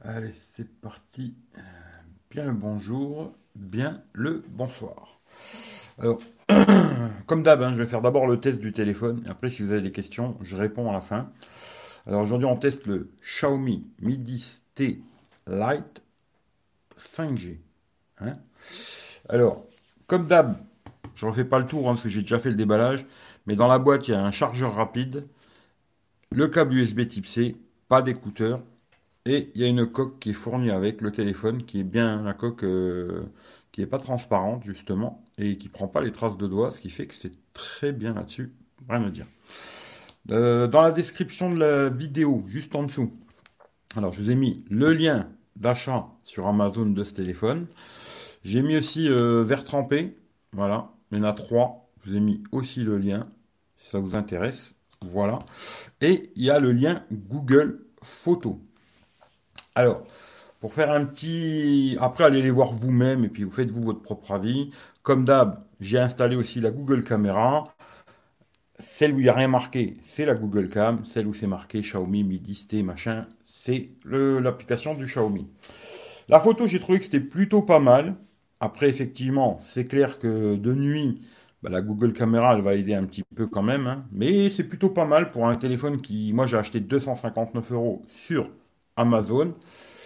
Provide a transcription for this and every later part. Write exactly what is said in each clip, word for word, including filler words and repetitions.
Allez, c'est parti. Euh, Bien le bonjour, bien le bonsoir. Alors, comme d'hab, hein, je vais faire d'abord le test du téléphone, et après, si vous avez des questions, je réponds à la fin. Alors aujourd'hui, on teste le Xiaomi Mi dix T Lite cinq G. Hein. Alors, comme d'hab, je ne refais pas le tour, hein, parce que j'ai déjà fait le déballage, mais dans la boîte, il y a un chargeur rapide, le câble U S B type C, pas d'écouteur, et il y a une coque qui est fournie avec le téléphone, qui est bien la coque euh, qui n'est pas transparente justement, et qui prend pas les traces de doigts, ce qui fait que c'est très bien là-dessus, rien à dire. Euh, dans la description de la vidéo, juste en dessous, alors je vous ai mis le lien d'achat sur Amazon de ce téléphone. J'ai mis aussi euh, verre trempé, voilà, il y en a trois. Je vous ai mis aussi le lien, si ça vous intéresse, voilà. Et il y a le lien Google Photos. Alors, pour faire un petit... Après, allez les voir vous-même et puis vous faites vous votre propre avis. Comme d'hab, j'ai installé aussi la Google Caméra. Celle où il n'y a rien marqué, c'est la Google Cam. Celle où c'est marqué Xiaomi Mi dix T, machin, c'est le- l'application du Xiaomi. La photo, j'ai trouvé que c'était plutôt pas mal. Après, effectivement, c'est clair que de nuit, bah, la Google Caméra, elle va aider un petit peu quand même, hein. Mais c'est plutôt pas mal pour un téléphone qui, moi, j'ai acheté deux cent cinquante-neuf euros sur Amazon.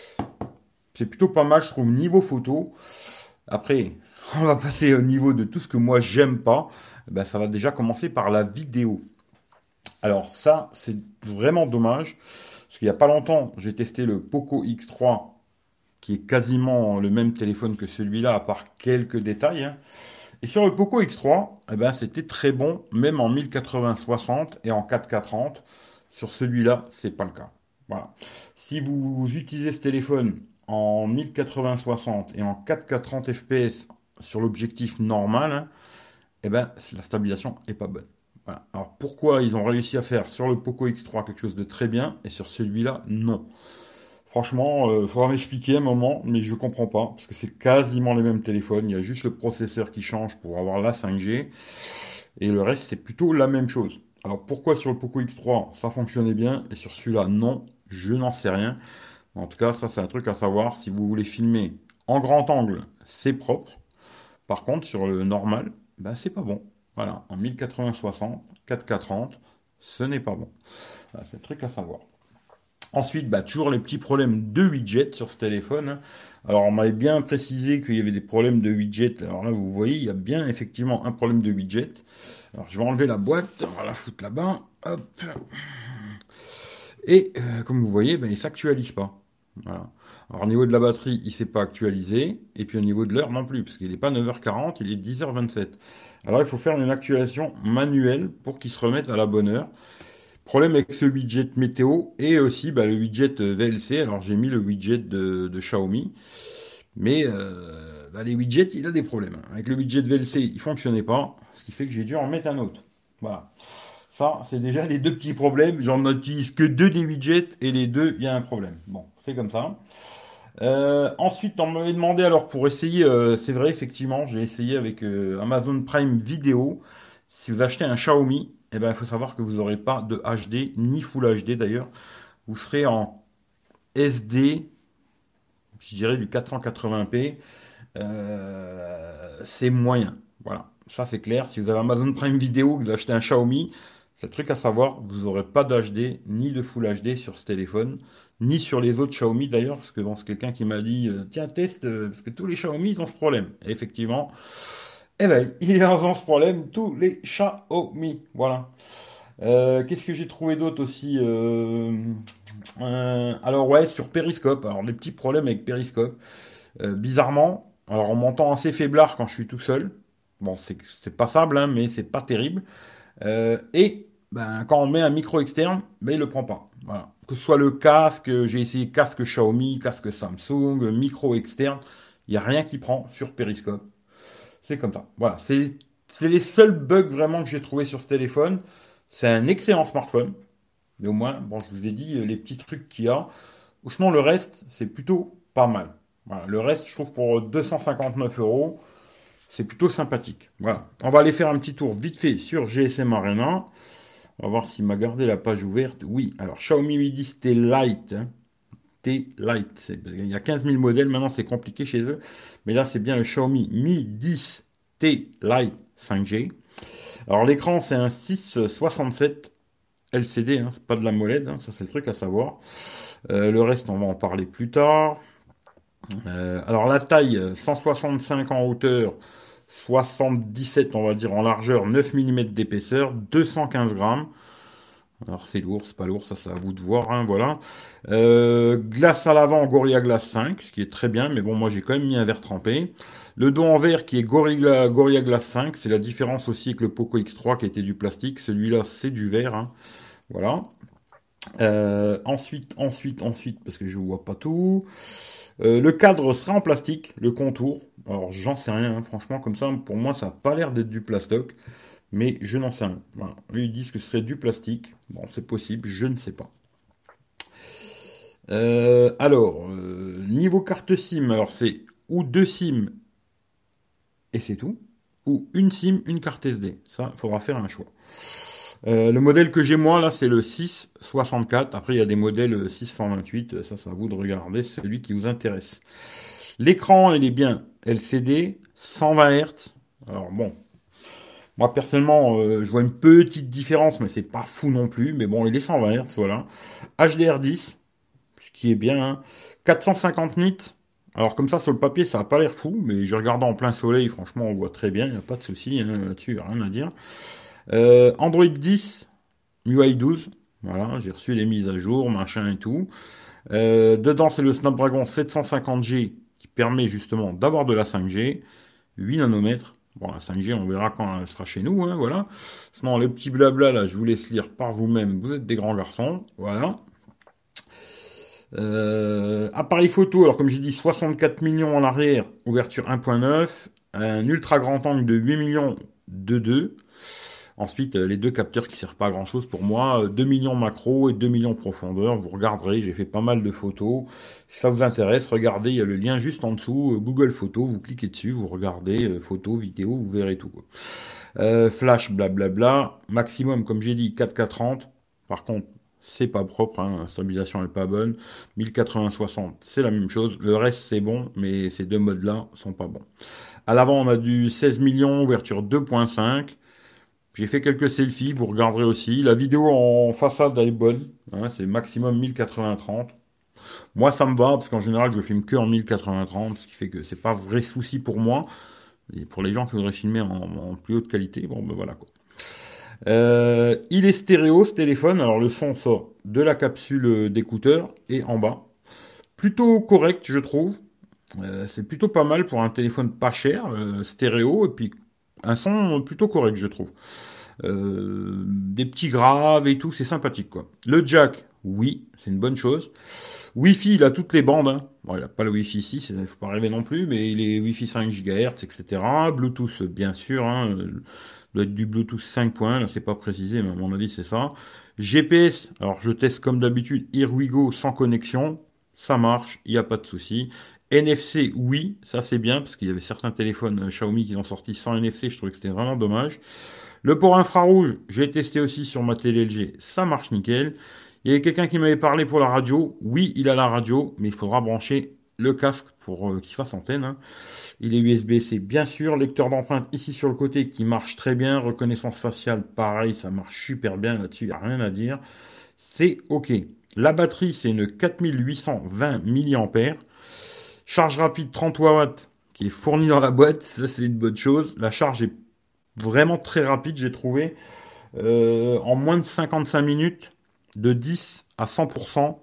C'est plutôt pas mal, je trouve, niveau photo. Après, on va passer au niveau de tout ce que moi j'aime pas. Ben, ça va déjà commencer par la vidéo. Alors ça, c'est vraiment dommage. Parce qu'il n'y a pas longtemps, j'ai testé le Poco X trois, qui est quasiment le même téléphone que celui-là, à part quelques détails, hein. Et sur le Poco X trois, eh ben, c'était très bon, même en mille quatre-vingts soixante et en quatre K trente. Sur celui-là, c'est pas le cas. Voilà. Si vous utilisez ce téléphone en mille quatre-vingts soixante et en quatre K trente F P S sur l'objectif normal, hein, eh ben, la stabilisation est pas bonne. Voilà. Alors pourquoi ils ont réussi à faire sur le Poco X trois quelque chose de très bien et sur celui-là, non. Franchement, il faudra m'expliquer un moment, mais je comprends pas, parce que c'est quasiment les mêmes téléphones, il y a juste le processeur qui change pour avoir la cinq G, et le reste c'est plutôt la même chose. Alors pourquoi sur le Poco X trois ça fonctionnait bien, et sur celui-là non, je n'en sais rien. En tout cas, ça c'est un truc à savoir, si vous voulez filmer en grand angle, c'est propre. Par contre, sur le normal, ben, c'est pas bon. Voilà, en mille quatre-vingts soixante, quatre K trente, ce n'est pas bon. Voilà, c'est un truc à savoir. Ensuite, bah, toujours les petits problèmes de widget sur ce téléphone, hein. Alors, on m'avait bien précisé qu'il y avait des problèmes de widget. Alors là, vous voyez, il y a bien effectivement un problème de widget. Alors, je vais enlever la boîte, on va la foutre là-bas. Hop. Et euh, comme vous voyez, ben, il ne s'actualise pas. Voilà. Alors, au niveau de la batterie, il ne s'est pas actualisé. Et puis, au niveau de l'heure non plus, parce qu'il n'est pas neuf heures quarante, il est dix heures vingt-sept. Alors, il faut faire une actualisation manuelle pour qu'il se remette à la bonne heure. Problème avec ce widget météo et aussi bah, le widget V L C. Alors j'ai mis le widget de, de Xiaomi, mais euh, bah, les widgets, il a des problèmes. Avec le widget V L C, il fonctionnait pas, ce qui fait que j'ai dû en mettre un autre. Voilà. Ça, c'est déjà les deux petits problèmes. J'en utilise que deux des widgets et les deux, il y a un problème. Bon, c'est comme ça. Euh, ensuite, on m'avait demandé alors pour essayer, euh, c'est vrai effectivement, j'ai essayé avec euh, Amazon Prime Video. Si vous achetez un Xiaomi, eh ben, il faut savoir que vous n'aurez pas de H D, ni Full H D d'ailleurs. Vous serez en S D, je dirais du quatre cent quatre-vingts p. Euh, c'est moyen. Voilà, ça c'est clair. Si vous avez Amazon Prime Video, que vous achetez un Xiaomi, c'est le truc à savoir, vous n'aurez pas de H D, ni de Full H D sur ce téléphone, ni sur les autres Xiaomi d'ailleurs, parce que bon, c'est quelqu'un qui m'a dit, euh, tiens, teste, euh, parce que tous les Xiaomi, ils ont ce problème. Et effectivement, eh ben, ils ont ce problème, tous les Xiaomi. Voilà. Euh, qu'est-ce que j'ai trouvé d'autre aussi euh, euh, Alors ouais, sur Periscope. Alors des petits problèmes avec Periscope. Euh, bizarrement, alors on m'entend assez faiblard quand je suis tout seul. Bon, c'est c'est passable, hein, mais c'est pas terrible. Euh, et ben, quand on met un micro externe, ben, il le prend pas. Voilà. Que ce soit le casque, j'ai essayé casque Xiaomi, casque Samsung, micro externe, il n'y a rien qui prend sur Periscope. C'est comme ça. Voilà, c'est c'est les seuls bugs vraiment que j'ai trouvé sur ce téléphone. C'est un excellent smartphone, mais au moins, bon, je vous ai dit euh, les petits trucs qu'il y a. Ou sinon, le reste, c'est plutôt pas mal. Voilà, le reste, je trouve pour deux cent cinquante-neuf euros, c'est plutôt sympathique. Voilà. On va aller faire un petit tour vite fait sur G S M Arena. On va voir s'il m'a gardé la page ouverte. Oui, alors Xiaomi Mi dix T Lite, hein. T Lite. C'est- parce qu'il y a quinze mille modèles, maintenant c'est compliqué chez eux. Mais là, c'est bien le Xiaomi Mi dix T Lite cinq G. Alors l'écran, c'est un six virgule soixante-sept L C D, hein, c'est pas de la MOLED, hein, ça c'est le truc à savoir. Euh, le reste, on va en parler plus tard. Euh, alors la taille, euh, cent soixante-cinq en hauteur, soixante-dix-sept on va dire en largeur, neuf millimètres d'épaisseur, deux cent quinze grammes. Alors c'est lourd, c'est pas lourd, ça c'est à vous de voir, hein, voilà. Euh, glace à l'avant Gorilla Glass cinq, ce qui est très bien, mais bon moi j'ai quand même mis un verre trempé. Le dos en verre qui est Gorilla, Gorilla Glass cinq, c'est la différence aussi avec le Poco X trois qui était du plastique, celui-là c'est du verre, hein, voilà. Euh, ensuite, ensuite, ensuite, parce que je vois pas tout. Euh, le cadre sera en plastique, le contour. Alors j'en sais rien, hein, franchement, comme ça, pour moi ça n'a pas l'air d'être du plastoc, mais je n'en sais rien. Voilà. Eux, ils disent que ce serait du plastique. Bon, c'est possible, je ne sais pas. Euh, alors, euh, niveau carte SIM, alors c'est ou deux SIM et c'est tout, ou une SIM, une carte S D. Ça, il faudra faire un choix. Euh, le modèle que j'ai moi, là, c'est le six soixante-quatre. Après, il y a des modèles six cent vingt-huit. Ça, c'est à vous de regarder celui qui vous intéresse. L'écran, il est bien L C D, cent vingt Hz. Alors bon, moi personnellement, euh, je vois une petite différence, mais c'est pas fou non plus. Mais bon, il est cent vingt Hz, voilà. H D R dix, ce qui est bien, hein. quatre cent cinquante nits. Alors comme ça, sur le papier, ça a pas l'air fou, mais je regarde en plein soleil, franchement, on voit très bien, il n'y a pas de souci, hein, là-dessus, y a rien à dire. Euh, Android dix, U I douze, voilà, j'ai reçu les mises à jour, machin et tout. Euh, dedans, c'est le Snapdragon sept cent cinquante G qui permet justement d'avoir de la cinq G, huit nanomètres. Bon, la cinq G, on verra quand elle sera chez nous, hein, voilà. Sinon, les petits blabla, là, je vous laisse lire par vous-même. Vous êtes des grands garçons, voilà. Euh, appareil photo, alors comme j'ai dit, soixante-quatre millions en arrière, ouverture un point neuf, un ultra grand angle de huit millions de deux. Ensuite, euh, les deux capteurs qui servent pas à grand chose pour moi, euh, deux millions macro et deux millions profondeur. Vous regarderez, j'ai fait pas mal de photos. Si ça vous intéresse, regardez, il y a le lien juste en dessous, euh, Google Photos, vous cliquez dessus, vous regardez, euh, photos, vidéos, vous verrez tout, quoi. Euh, flash, blablabla. Maximum, comme j'ai dit, quatre K trente. Par contre, c'est pas propre, hein, la stabilisation est pas bonne. mille quatre-vingts soixante, c'est la même chose. Le reste, c'est bon, mais ces deux modes-là sont pas bons. À l'avant, on a du seize millions, ouverture deux point cinq. J'ai fait quelques selfies, vous regarderez aussi. La vidéo en façade elle est bonne, hein, c'est maximum mille quatre-vingts trente. Moi, ça me va, parce qu'en général, je filme que en mille quatre-vingts trente, ce qui fait que c'est pas vrai souci pour moi. Et pour les gens qui voudraient filmer en, en plus haute qualité, bon, ben voilà quoi. Euh, il est stéréo ce téléphone, alors le son sort de la capsule d'écouteur et en bas. Plutôt correct, je trouve. Euh, c'est plutôt pas mal pour un téléphone pas cher, euh, stéréo, et puis un son plutôt correct, je trouve. Euh, des petits graves et tout, c'est sympathique quoi. Le jack, oui, c'est une bonne chose. Wi-Fi, il a toutes les bandes, hein. Bon, il n'a pas le Wi-Fi six, il ne faut pas rêver non plus, mais il est Wi-Fi cinq gigahertz, et cetera. Bluetooth, bien sûr, hein. Euh, doit être du Bluetooth cinq point un, là c'est pas précisé, mais à mon avis c'est ça. G P S, alors je teste comme d'habitude, Here We Go sans connexion, ça marche, il n'y a pas de souci. N F C, oui, ça c'est bien, parce qu'il y avait certains téléphones euh, Xiaomi qui ont sorti sans N F C, je trouvais que c'était vraiment dommage. Le port infrarouge, j'ai testé aussi sur ma télé L G, ça marche nickel. Il y avait quelqu'un qui m'avait parlé pour la radio. Oui, il a la radio, mais il faudra brancher le casque pour euh, qu'il fasse antenne, hein. Il est U S B-C, bien sûr. Lecteur d'empreinte ici sur le côté qui marche très bien. Reconnaissance faciale, pareil, ça marche super bien là-dessus, il n'y a rien à dire. C'est OK. La batterie, c'est une quatre mille huit cent vingt milliampères. Charge rapide trente watts qui est fournie dans la boîte, ça c'est une bonne chose. La charge est vraiment très rapide, j'ai trouvé. Euh, en moins de cinquante-cinq minutes, de dix à cent pour cent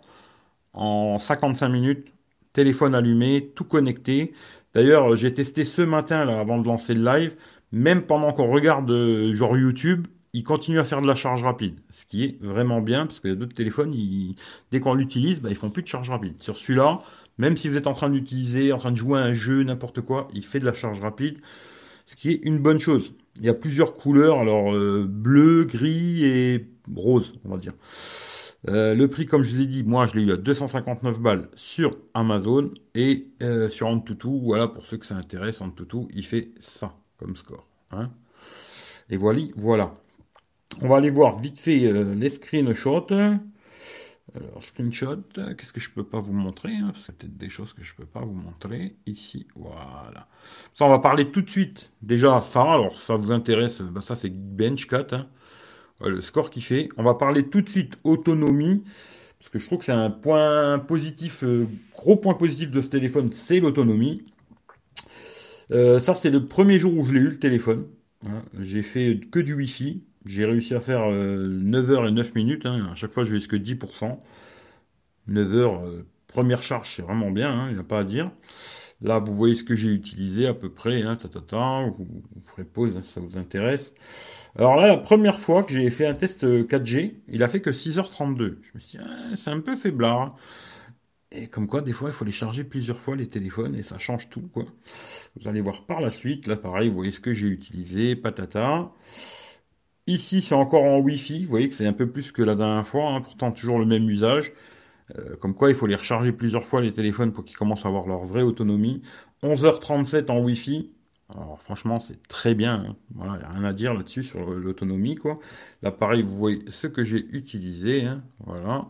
en cinquante-cinq minutes, téléphone allumé, tout connecté. D'ailleurs, j'ai testé ce matin, là, avant de lancer le live, même pendant qu'on regarde euh, genre YouTube, il continue à faire de la charge rapide, ce qui est vraiment bien, parce qu'il y a d'autres téléphones, ils- dès qu'on l'utilise, bah, ils font plus de charge rapide. Sur celui-là, même si vous êtes en train d'utiliser, en train de jouer à un jeu, n'importe quoi, il fait de la charge rapide, ce qui est une bonne chose. Il y a plusieurs couleurs, alors euh, bleu, gris et rose, on va dire. Euh, le prix, comme je vous ai dit, moi je l'ai eu à deux cent cinquante-neuf balles sur Amazon et euh, sur Antutu, voilà, pour ceux que ça intéresse, Antutu, il fait ça comme score, hein. Et voilà, voilà. On va aller voir vite fait euh, les screenshots. Alors, screenshot, euh, qu'est-ce que je peux pas vous montrer, hein, parce que c'est peut-être des choses que je peux pas vous montrer. Ici, voilà. Ça, on va parler tout de suite. Déjà, ça, alors ça vous intéresse, bah, ça c'est Benchcat, hein. Voilà, le score qu'il fait. On va parler tout de suite autonomie, parce que je trouve que c'est un point positif, euh, gros point positif de ce téléphone, c'est l'autonomie. Euh, ça, c'est le premier jour où je l'ai eu, le téléphone. Hein. J'ai fait que du Wi-Fi. J'ai réussi à faire euh, neuf heures et neuf minutes. Hein. À chaque fois, je vais que dix pour cent. neuf heures, euh, première charge, c'est vraiment bien, hein, il n'y a pas à dire. Là, vous voyez ce que j'ai utilisé à peu près, hein, ta, ta, ta, vous, vous ferez pause hein, si ça vous intéresse. Alors là, la première fois que j'ai fait un test euh, quatre G, il a fait que six heures trente-deux. Je me suis dit, ah, c'est un peu faiblard, hein. Et comme quoi, des fois, il faut les charger plusieurs fois, les téléphones, et ça change tout, quoi. Vous allez voir par la suite. Là, pareil, vous voyez ce que j'ai utilisé, patata. Ici, c'est encore en Wi-Fi. Vous voyez que c'est un peu plus que la dernière fois, hein, pourtant toujours le même usage. Euh, comme quoi, il faut les recharger plusieurs fois, les téléphones, pour qu'ils commencent à avoir leur vraie autonomie. onze heures trente-sept en Wi-Fi. Alors, franchement, c'est très bien, hein. Voilà, il n'y a rien à dire là-dessus sur l'autonomie, quoi. Là, pareil, vous voyez ce que j'ai utilisé, hein. Voilà.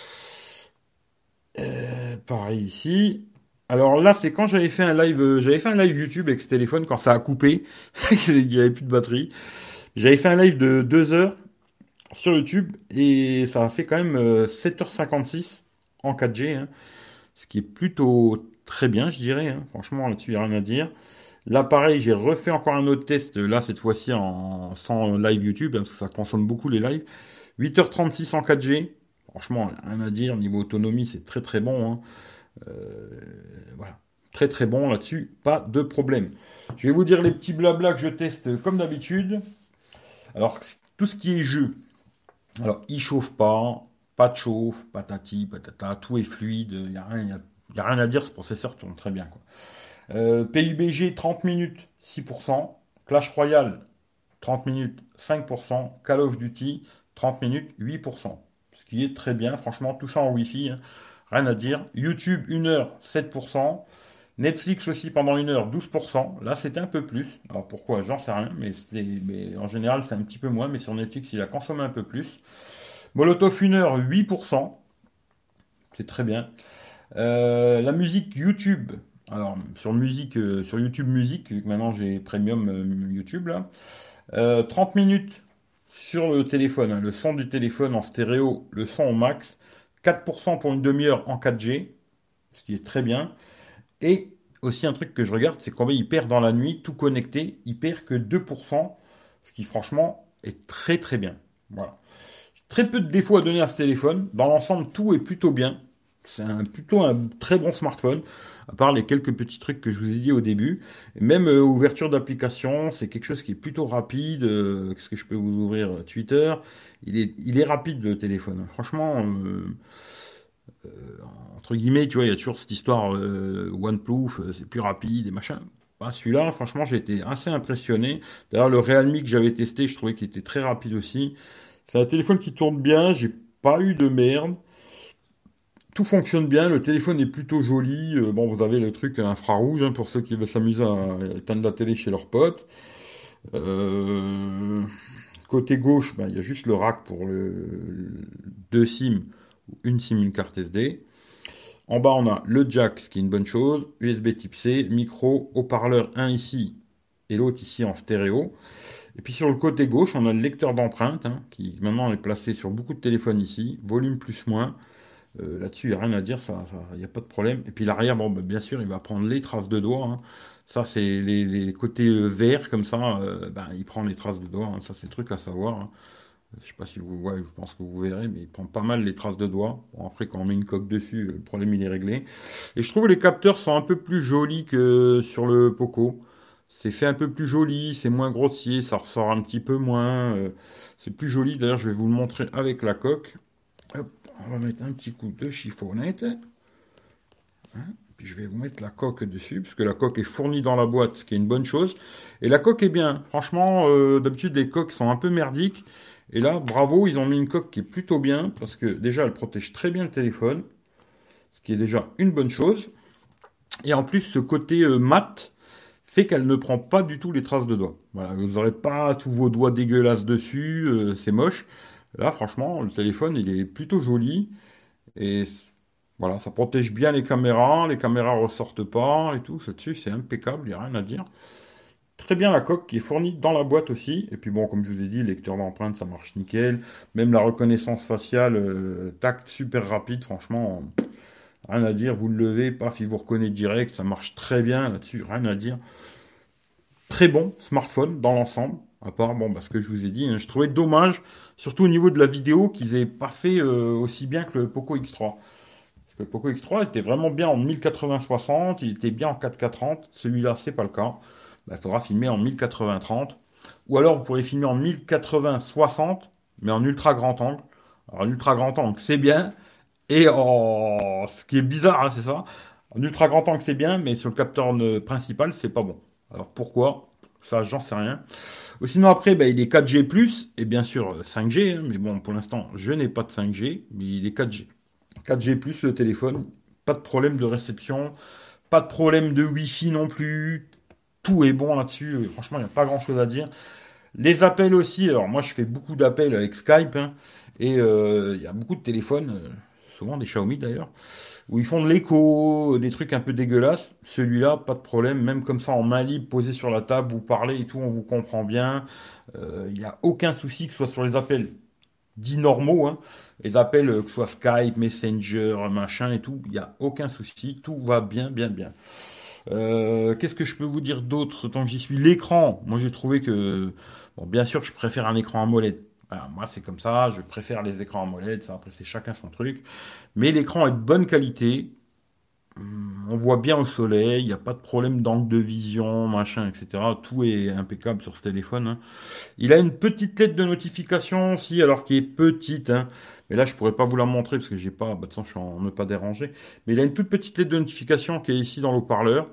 Euh, pareil ici. Alors là, c'est quand j'avais fait un live, euh, j'avais fait un live YouTube avec ce téléphone quand ça a coupé, il n'y avait plus de batterie. J'avais fait un live de deux heures sur YouTube et ça a fait quand même euh, sept heures cinquante-six en quatre G, hein, ce qui est plutôt très bien, je dirais, hein. Franchement, là-dessus, il n'y a rien à dire. Là, pareil, j'ai refait encore un autre test, là, cette fois-ci en sans live YouTube, hein, parce que ça consomme beaucoup les lives. huit heures trente-six en quatre G. Franchement, rien à dire. Niveau autonomie, c'est très très bon, hein. Euh, voilà. Très très bon là-dessus, pas de problème. Je vais vous dire les petits blabla que je teste comme d'habitude. Alors, tout ce qui est jeu. Alors, il chauffe pas, pas de chauffe, patati, patata, tout est fluide, il n'y a, rien- y a, y a rien à dire, ce processeur tourne très bien, quoi. Euh, P U B G, trente minutes, six pour cent. Clash Royale, trente minutes, cinq pour cent. Call of Duty, trente minutes, huit pour cent. Ce qui est très bien, franchement, tout ça en Wi-Fi, hein. Rien à dire. YouTube, une heure, sept pour cent. Netflix aussi pendant une heure, douze pour cent. Là, c'était un peu plus. Alors pourquoi? J'en sais rien, mais, c'était- mais en général, c'est un petit peu moins. Mais sur Netflix, il a consommé un peu plus. Molotov, une heure, huit pour cent. C'est très bien. Euh, la musique YouTube. Alors, sur musique, euh, sur YouTube Musique, vu que maintenant j'ai Premium euh, YouTube, là. Euh, trente minutes sur le téléphone, hein, le son du téléphone en stéréo, le son au max. quatre pour cent pour une demi-heure en quatre G, ce qui est très bien. Et aussi un truc que je regarde, c'est combien il perd dans la nuit, tout connecté, il perd que deux pour cent, ce qui franchement est très très bien. Voilà. Très peu de défauts à donner à ce téléphone. Dans l'ensemble, tout est plutôt bien. C'est un, plutôt un très bon smartphone, à part les quelques petits trucs que je vous ai dit au début. Et même euh, ouverture d'application, c'est quelque chose qui est plutôt rapide. Euh, Qu'est-ce que je peux vous ouvrir? euh, Twitter. Il est, il est rapide le téléphone. Franchement, euh, entre guillemets, tu vois, il y a toujours cette histoire euh, OnePlus, euh, c'est plus rapide et machin. Bah, celui-là, franchement, j'ai été assez impressionné. D'ailleurs, le Realme que j'avais testé, je trouvais qu'il était très rapide aussi. C'est un téléphone qui tourne bien, j'ai pas eu de merde. Tout fonctionne bien, le téléphone est plutôt joli. Euh, bon, vous avez le truc infrarouge hein, pour ceux qui veulent s'amuser à éteindre la télé chez leurs potes. Euh, Côté gauche, ben, il y a juste le rack pour le deux SIM, une SIM, une carte S D. En bas, on a le jack, ce qui est une bonne chose, U S B type C, micro, haut-parleur, un ici et l'autre ici en stéréo. Et puis sur le côté gauche, on a le lecteur d'empreintes, hein, qui maintenant est placé sur beaucoup de téléphones ici, volume plus moins. Euh, là-dessus, il n'y a rien à dire, ça, il n'y a pas de problème. Et puis l'arrière, bon, bah, bien sûr, il va prendre les traces de doigts, hein. Ça, c'est les, les côtés euh, verts comme ça, euh, bah, il prend les traces de doigts, hein. Ça, c'est le truc à savoir, hein. Je sais pas si vous voyez, je pense que vous verrez, mais il prend pas mal les traces de doigts. Bon, après, quand on met une coque dessus, le problème il est réglé. Et je trouve que les capteurs sont un peu plus jolis que sur le Poco. C'est fait un peu plus joli, c'est moins grossier, ça ressort un petit peu moins. euh, c'est plus joli. D'ailleurs, je vais vous le montrer avec la coque. Hop, on va mettre un petit coup de chiffonnette. Puis je vais vous mettre la coque dessus, puisque la coque est fournie dans la boîte, ce qui est une bonne chose. Et la coque est bien. Franchement, euh, d'habitude, les coques sont un peu merdiques. Et là, bravo, ils ont mis une coque qui est plutôt bien, parce que déjà, elle protège très bien le téléphone, ce qui est déjà une bonne chose. Et en plus, ce côté euh, mat fait qu'elle ne prend pas du tout les traces de doigts. Voilà, vous n'aurez pas tous vos doigts dégueulasses dessus, euh, c'est moche. Là, franchement, le téléphone, il est plutôt joli. Et c- voilà, ça protège bien les caméras, les caméras ressortent pas et tout. Là-dessus, c'est impeccable, il n'y a rien à dire. Très bien la coque qui est fournie dans la boîte aussi. Et puis bon, comme je vous ai dit, le lecteur d'empreintes, ça marche nickel. Même la reconnaissance faciale, euh, tac, super rapide, franchement, rien à dire. Vous le levez, paf, il vous reconnaît direct, ça marche très bien là-dessus, rien à dire. Très bon smartphone dans l'ensemble. À part, bon, bah, ce que je vous ai dit, hein, je trouvais dommage, surtout au niveau de la vidéo, qu'ils aient pas fait euh, aussi bien que le Poco X trois. Parce que le Poco X trois était vraiment bien en mille quatre-vingts soixante, il était bien en quatre K trente. Celui-là, c'est pas le cas. Bah, il faudra filmer en mille quatre-vingts trente. Ou alors, vous pourrez filmer en mille quatre-vingts soixante, mais en ultra grand angle. Alors, en ultra grand angle, c'est bien. Et en... ce qui est bizarre, hein, c'est ça. En ultra grand angle, c'est bien, mais sur le capteur euh, principal, c'est pas bon. Alors pourquoi? Ça, j'en sais rien. Ou sinon, après, bah, il est quatre G plus, et bien sûr euh, cinq G, hein, mais bon, pour l'instant, je n'ai pas de cinq G, mais il est quatre G. quatre G plus, le téléphone, pas de problème de réception, pas de problème de Wi-Fi non plus, tout est bon là-dessus, euh, franchement, il n'y a pas grand-chose à dire. Les appels aussi, alors moi je fais beaucoup d'appels avec Skype, hein, et euh, il y a beaucoup de téléphones, euh, souvent des Xiaomi d'ailleurs, où ils font de l'écho, des trucs un peu dégueulasses. Celui-là, pas de problème, même comme ça en main libre, posé sur la table, vous parlez et tout, on vous comprend bien. Euh, Il n'y a aucun souci que ce soit sur les appels dits normaux, hein, les appels euh, que ce soit Skype, Messenger, machin et tout, il n'y a aucun souci, tout va bien, bien, bien. Euh, qu'est-ce que je peux vous dire d'autre tant que j'y suis? L'écran, moi j'ai trouvé que, bon, bien sûr, je préfère un écran AMOLED. Voilà, moi c'est comme ça, je préfère les écrans AMOLED, ça après c'est chacun son truc. Mais l'écran est de bonne qualité, hum, on voit bien au soleil, il n'y a pas de problème d'angle de vision, machin, et cetera. Tout est impeccable sur ce téléphone, hein. Il a une petite lettre de notification aussi, alors qui est petite, hein. Mais là, je pourrais pas vous la montrer parce que j'ai pas, bah, de toute façon, je suis en ne pas déranger. Mais il a une toute petite lettre de notification qui est ici dans l'haut-parleur.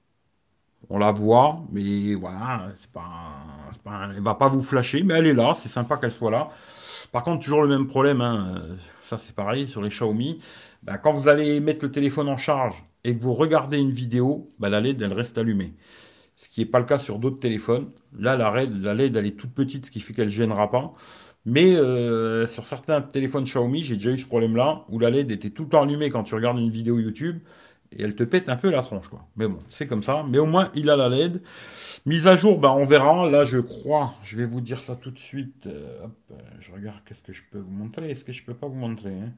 On la voit, mais voilà, c'est pas, c'est pas, elle va pas vous flasher, mais elle est là, c'est sympa qu'elle soit là. Par contre, toujours le même problème, hein, euh, ça c'est pareil sur les Xiaomi. Bah, quand vous allez mettre le téléphone en charge et que vous regardez une vidéo, bah, la L E D elle reste allumée. Ce qui n'est pas le cas sur d'autres téléphones. Là, la L E D, la L E D elle est toute petite, ce qui fait qu'elle ne gênera pas. Mais euh, sur certains téléphones Xiaomi, j'ai déjà eu ce problème-là, où la L E D était tout le temps allumée quand tu regardes une vidéo YouTube, et elle te pète un peu la tronche, quoi. Mais bon, c'est comme ça. Mais au moins, il a la L E D. Mise à jour, bah, on verra. Là, je crois, je vais vous dire ça tout de suite. Euh, hop, euh, je regarde qu'est-ce que je peux vous montrer. Est-ce que je peux pas vous montrer, hein.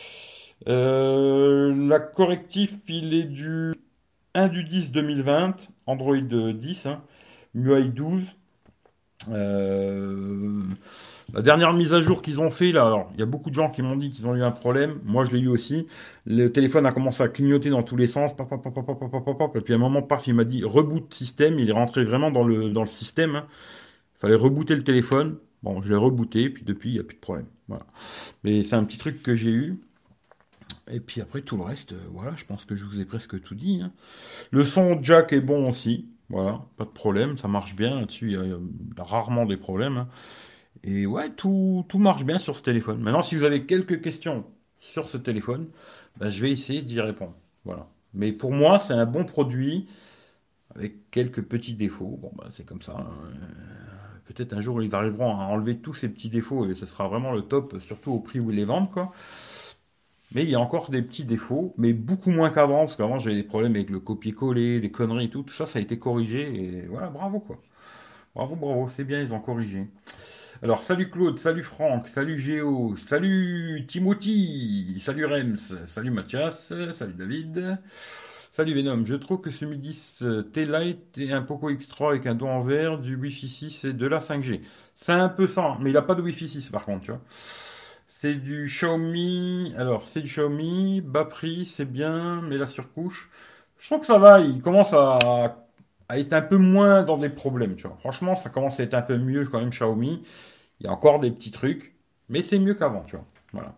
Euh, la correctif, il est du un du dix deux mille vingt, Android dix, hein, M U I douze. Euh, la dernière mise à jour qu'ils ont fait, là, alors, il y a beaucoup de gens qui m'ont dit qu'ils ont eu un problème. Moi, je l'ai eu aussi. Le téléphone a commencé à clignoter dans tous les sens. Pop, pop, pop, pop, pop, pop, pop, pop. Et puis, à un moment, paf, il m'a dit reboot système. Il est rentré vraiment dans le, dans le système, hein. Il fallait rebooter le téléphone. Bon, je l'ai rebooté. Puis, depuis, il n'y a plus de problème. Voilà. Mais c'est un petit truc que j'ai eu. Et puis, après, tout le reste, euh, voilà, je pense que je vous ai presque tout dit, hein. Le son jack est bon aussi. Voilà, pas de problème. Ça marche bien là-dessus. Il y a, il y a rarement des problèmes, hein. Et ouais, tout, tout marche bien sur ce téléphone. Maintenant, si vous avez quelques questions sur ce téléphone, bah, je vais essayer d'y répondre. Voilà. Mais pour moi, c'est un bon produit avec quelques petits défauts. Bon, bah, c'est comme ça, hein. Euh, Peut-être un jour, ils arriveront à enlever tous ces petits défauts et ce sera vraiment le top, surtout au prix où ils les vendent, quoi. Mais il y a encore des petits défauts, mais beaucoup moins qu'avant, parce qu'avant, j'avais des problèmes avec le copier-coller, des conneries et tout. Tout ça, ça a été corrigé et voilà, bravo, quoi. Bravo, bravo, c'est bien, ils ont corrigé. Alors, salut Claude, salut Franck, salut Géo, salut Timothy, salut Rems, salut Mathias, salut David, salut Venom. Je trouve que ce Mi dix T-Lite est un Poco X trois avec un dos en verre, du Wi-Fi six et de la cinq G. C'est un peu ça, mais il n'a pas de Wi-Fi six par contre, tu vois. C'est du Xiaomi, alors c'est du Xiaomi, bas prix, c'est bien, mais la surcouche, je trouve que ça va, il commence à, à être un peu moins dans des problèmes, tu vois. Franchement, ça commence à être un peu mieux quand même Xiaomi. Il y a encore des petits trucs, mais c'est mieux qu'avant, tu vois. Voilà.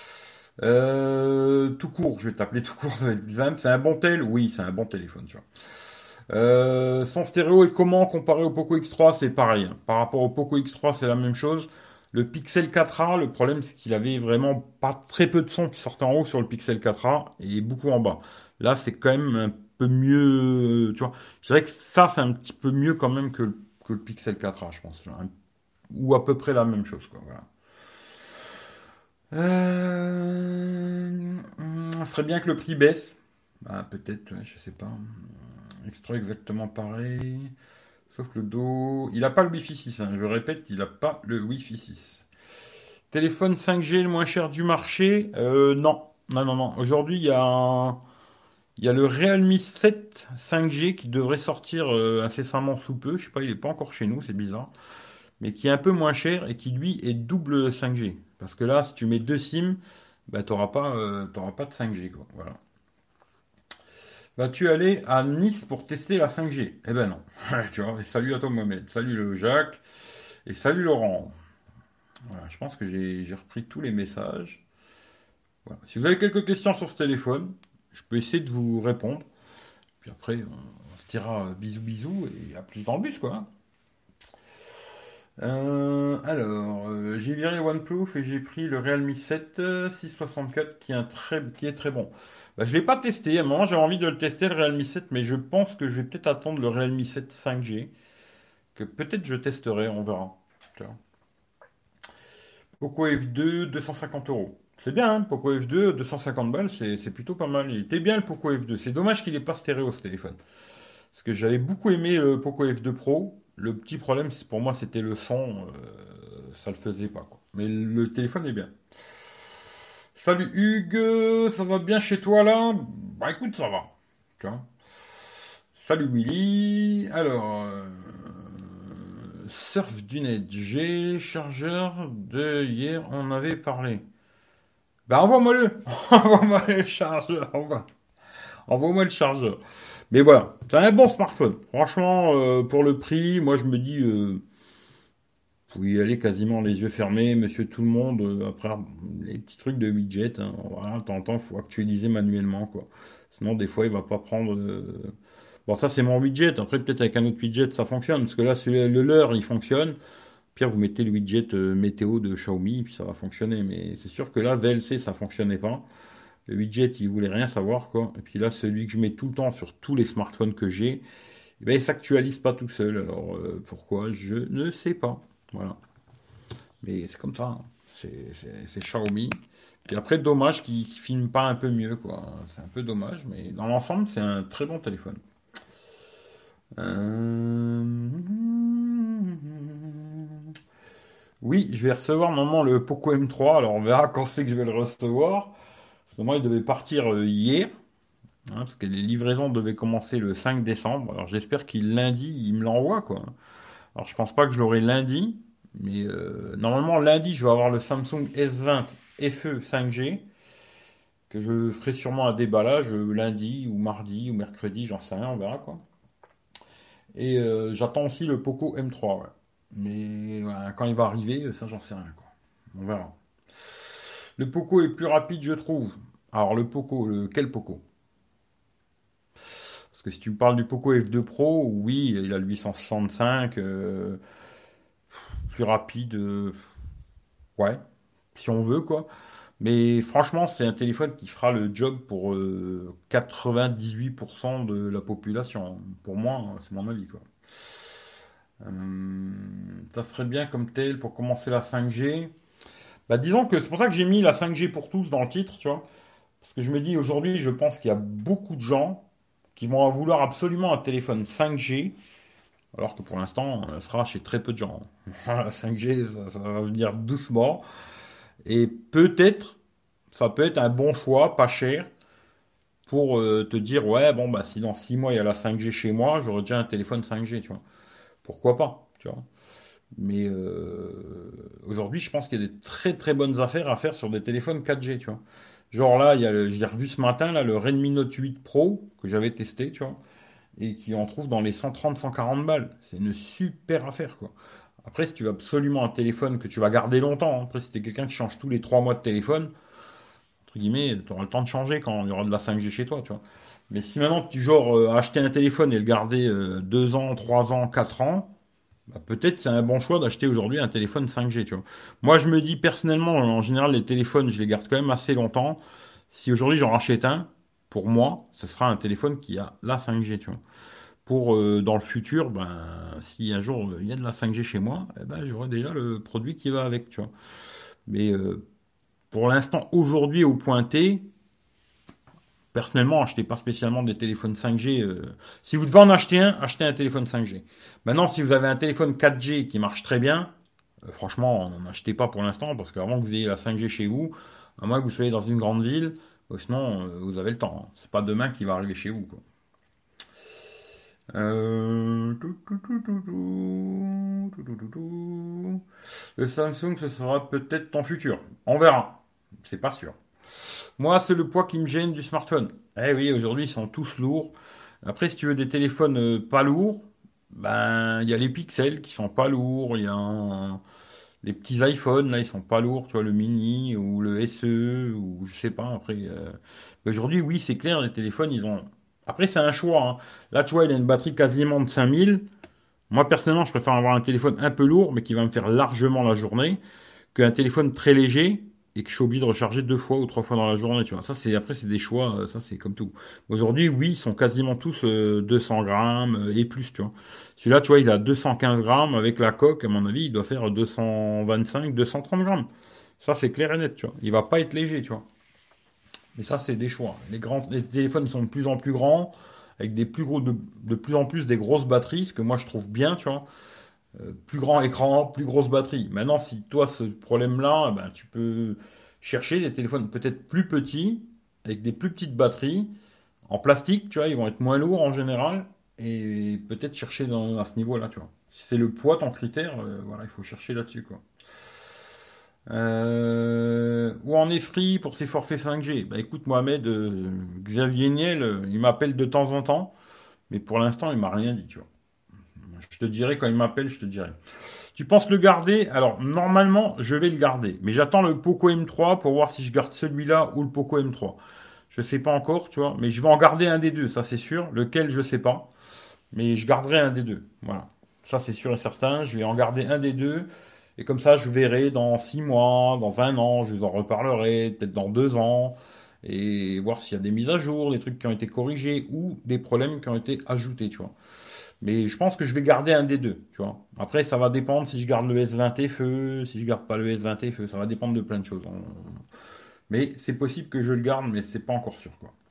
Euh, tout court, je vais t'appeler tout court, ça va être bizarre. C'est un bon tel? Oui, c'est un bon téléphone, tu vois. Euh, son stéréo est comment comparé au Poco X trois? C'est pareil, hein. Par rapport au Poco X trois, c'est la même chose. Le Pixel quatre a, le problème, c'est qu'il avait vraiment pas très peu de son qui sortait en haut sur le Pixel quatre a et beaucoup en bas. Là, c'est quand même un peu mieux, tu vois. Je dirais que ça, c'est un petit peu mieux quand même que, le- que le Pixel quatre a, je pense, tu vois. Ou à peu près la même chose, quoi. Voilà. Euh, ça serait bien que le prix baisse. Bah, peut-être, ouais, je sais pas. Extra exactement pareil. Sauf que le dos. Il n'a pas le Wi-Fi six, hein. Je répète, il n'a pas le Wi-Fi six. Téléphone cinq G le moins cher du marché? Euh, non. Non, non, non. Aujourd'hui, il y a un- il y a le Realme sept cinq G qui devrait sortir euh, incessamment sous peu. Je sais pas, il n'est pas encore chez nous, c'est bizarre. Mais qui est un peu moins cher et qui lui est double cinq G. Parce que là, si tu mets deux SIM, bah, tu n'auras pas, euh, t'auras pas de cinq G, quoi. Voilà. Vas-tu aller à Nice pour tester la cinq G? Eh ben non. Tu vois, et salut à toi Mohamed, salut le Jacques et salut Laurent. Voilà, je pense que j'ai j'ai repris tous les messages. Voilà. Si vous avez quelques questions sur ce téléphone, je peux essayer de vous répondre. Puis après, on, on se dira euh, bisous bisous et à plus dans le bus, quoi, hein. Euh, alors, euh, j'ai viré OnePlus et j'ai pris le Realme sept euh, six cent soixante-quatre qui est, un très, qui est très bon. Bah, je ne l'ai pas testé. À un moment, j'avais envie de le tester, le Realme sept, mais je pense que je vais peut-être attendre le Realme sept cinq G, que peut-être je testerai, on verra. Tu vois. Poco F deux, deux cent cinquante euros. C'est bien, hein, Poco F deux, deux cent cinquante balles, c'est c'est plutôt pas mal. Il était bien le Poco F deux. C'est dommage qu'il n'ait pas stéréo ce téléphone. Parce que j'avais beaucoup aimé le Poco F deux Pro. Le petit problème, c'est- pour moi, c'était le son. Euh, ça le faisait pas, quoi. Mais le téléphone est bien. Salut Hugues, ça va bien chez toi là? Bah écoute, ça va. Tu vois. Salut Willy. Alors, euh, Surf du net. G, chargeur de hier, on avait parlé. Bah envoie-moi-le. Envoie-moi le chargeur. Envoie. Envoie-moi le chargeur. Mais voilà, c'est un bon smartphone. Franchement, euh, pour le prix, moi je me dis, euh, vous pouvez y aller quasiment les yeux fermés, monsieur tout le monde. Euh, après, les petits trucs de widget, hein, voilà, de temps en temps, il faut actualiser manuellement, quoi. Sinon, des fois, il va pas prendre. euh, Bon, ça, c'est mon widget. Après, peut-être avec un autre widget, ça fonctionne. Parce que là, celui- le leur, il fonctionne. Pire, vous mettez le widget euh, météo de Xiaomi, puis ça va fonctionner. Mais c'est sûr que là, V L C, ça fonctionnait pas. Le widget, il voulait rien savoir, quoi. Et puis là, celui que je mets tout le temps sur tous les smartphones que j'ai, eh ben, il s'actualise pas tout seul. Alors, euh, pourquoi? Je ne sais pas. Voilà. Mais c'est comme ça, hein. C'est c'est- c'est Xiaomi. Puis après, dommage qu'il ne filme pas un peu mieux, quoi. C'est un peu dommage, mais dans l'ensemble, c'est un très bon téléphone. Euh, Oui, je vais recevoir normalement le Poco M trois. Alors, on verra quand c'est que je vais le recevoir. Parce que moi, il devait partir euh, hier, hein, parce que les livraisons devaient commencer le cinq décembre. Alors, j'espère qu'il lundi, il me l'envoie, quoi. Alors, je pense pas que je l'aurai lundi, mais euh, normalement, lundi, je vais avoir le Samsung S vingt F E cinq G, que je ferai sûrement un déballage euh, lundi ou mardi ou mercredi, j'en sais rien, on verra, quoi. Et euh, j'attends aussi le Poco M trois, ouais. Mais voilà, quand il va arriver, ça, j'en sais rien, quoi. On verra. Le Poco est plus rapide, je trouve. Alors, le Poco, le, quel Poco? Parce que si tu me parles du Poco F deux Pro, oui, il a le huit cent soixante-cinq, euh, plus rapide, euh, ouais, si on veut, quoi. Mais franchement, c'est un téléphone qui fera le job pour euh, quatre-vingt-dix-huit pour cent de la population. Pour moi, c'est mon avis, quoi. Euh, ça serait bien comme tel pour commencer la cinq G. Bah, disons que c'est pour ça que j'ai mis la cinq G pour tous dans le titre, tu vois. Parce que je me dis aujourd'hui, je pense qu'il y a beaucoup de gens qui vont vouloir absolument un téléphone cinq G, alors que pour l'instant, euh, ce sera chez très peu de gens. La cinq G, ça, ça va venir doucement. Et peut-être, ça peut être un bon choix, pas cher, pour euh, te dire, ouais, bon, bah, si dans six mois il y a la cinq G chez moi, j'aurai déjà un téléphone cinq G, tu vois. Pourquoi pas, tu vois. Mais euh, aujourd'hui, je pense qu'il y a des très très bonnes affaires à faire sur des téléphones quatre G, tu vois. Genre là, il y a, le- j'ai revu ce matin là, le Redmi Note huit Pro que j'avais testé, tu vois, et qui en trouve dans les cent trente cent quarante balles. C'est une super affaire, quoi. Après, si tu veux absolument un téléphone que tu vas garder longtemps, hein, après, si t'es quelqu'un qui change tous les trois mois de téléphone, entre guillemets, tu auras le temps de changer quand il y aura de la cinq G chez toi, tu vois. Mais si maintenant tu genre euh, acheter un téléphone et le garder euh, deux ans, trois ans, quatre ans, bah, peut-être c'est un bon choix d'acheter aujourd'hui un téléphone cinq G, tu vois. Moi, je me dis personnellement, en général, les téléphones, je les garde quand même assez longtemps. Si aujourd'hui j'en rachète un, pour moi, ce sera un téléphone qui a la cinq G, tu vois. Pour euh, dans le futur, ben, si un jour euh, il y a de la cinq G chez moi, eh ben, j'aurai déjà le produit qui va avec, tu vois. Mais euh, pour l'instant, aujourd'hui, au point T, personnellement, achetez pas spécialement des téléphones cinq G. euh. Si vous devez en acheter un, achetez un téléphone cinq G. Maintenant, si vous avez un téléphone quatre G qui marche très bien, euh, franchement, n'en achetez pas pour l'instant, parce qu'avant que vous ayez la cinq G chez vous, à moins que vous soyez dans une grande ville, euh, sinon, euh, vous avez le temps, hein. C'est pas demain qu'il va arriver chez vous, quoi. Euh, tout, tout, tout, tout, tout, tout, tout, tout, tout. Le Samsung, ce sera peut-être ton futur. On verra. C'est pas sûr. Moi, c'est le poids qui me gêne du smartphone. Eh oui, aujourd'hui, ils sont tous lourds. Après, si tu veux des téléphones euh, pas lourds, ben, il y a les Pixels qui sont pas lourds. Il y a un- les petits iPhones, là, ils sont pas lourds. Tu vois, le mini ou le S E ou je sais pas. Après, euh, aujourd'hui, oui, c'est clair, les téléphones, ils ont. Après, c'est un choix, hein. Là, tu vois, il a une batterie quasiment de cinq mille. Moi, personnellement, je préfère avoir un téléphone un peu lourd, mais qui va me faire largement la journée qu'un téléphone très léger et que je suis obligé de recharger deux fois ou trois fois dans la journée, tu vois. Ça, c'est, après, c'est des choix, euh, ça, c'est comme tout. Aujourd'hui, oui, ils sont quasiment tous euh, deux cents grammes euh, et plus, tu vois. Celui-là, tu vois, il a deux cent quinze grammes avec la coque, à mon avis, il doit faire deux cent vingt-cinq, deux cent trente grammes. Ça, c'est clair et net, tu vois. Il va pas être léger, tu vois. Mais ça, c'est des choix. Les grands, les téléphones sont de plus en plus grands, avec des plus gros, de, de plus en plus des grosses batteries, ce que moi je trouve bien, tu vois. Euh, plus grand écran, plus grosse batterie. Maintenant, si toi, ce problème-là, eh ben, tu peux chercher des téléphones peut-être plus petits, avec des plus petites batteries, en plastique, tu vois, ils vont être moins lourds en général, et peut-être chercher dans, à ce niveau-là, tu vois. Si c'est le poids ton critère, euh, voilà, il faut chercher là-dessus, quoi. Euh, où en est Free pour ses forfaits cinq G? Bah écoute, Mohamed, euh, Xavier Niel, euh, il m'appelle de temps en temps, mais pour l'instant, il m'a rien dit, tu vois. Je te dirai quand il m'appelle, je te dirai. Tu penses le garder? Alors, normalement, je vais le garder. Mais j'attends le Poco M trois pour voir si je garde celui-là ou le Poco M trois. Je sais pas encore, tu vois. Mais je vais en garder un des deux, ça c'est sûr. Lequel, je sais pas. Mais je garderai un des deux. Voilà. Ça c'est sûr et certain. Je vais en garder un des deux. Et comme ça, je verrai dans six mois, dans un an, je vous en reparlerai, peut-être dans deux ans. Et voir s'il y a des mises à jour, des trucs qui ont été corrigés ou des problèmes qui ont été ajoutés, tu vois. Mais je pense que je vais garder un des deux, tu vois. Après, ça va dépendre si je garde le S vingt feu, si je garde pas le S vingt feu, ça va dépendre de plein de choses, hein. Mais c'est possible que je le garde, mais c'est pas encore sûr, quoi.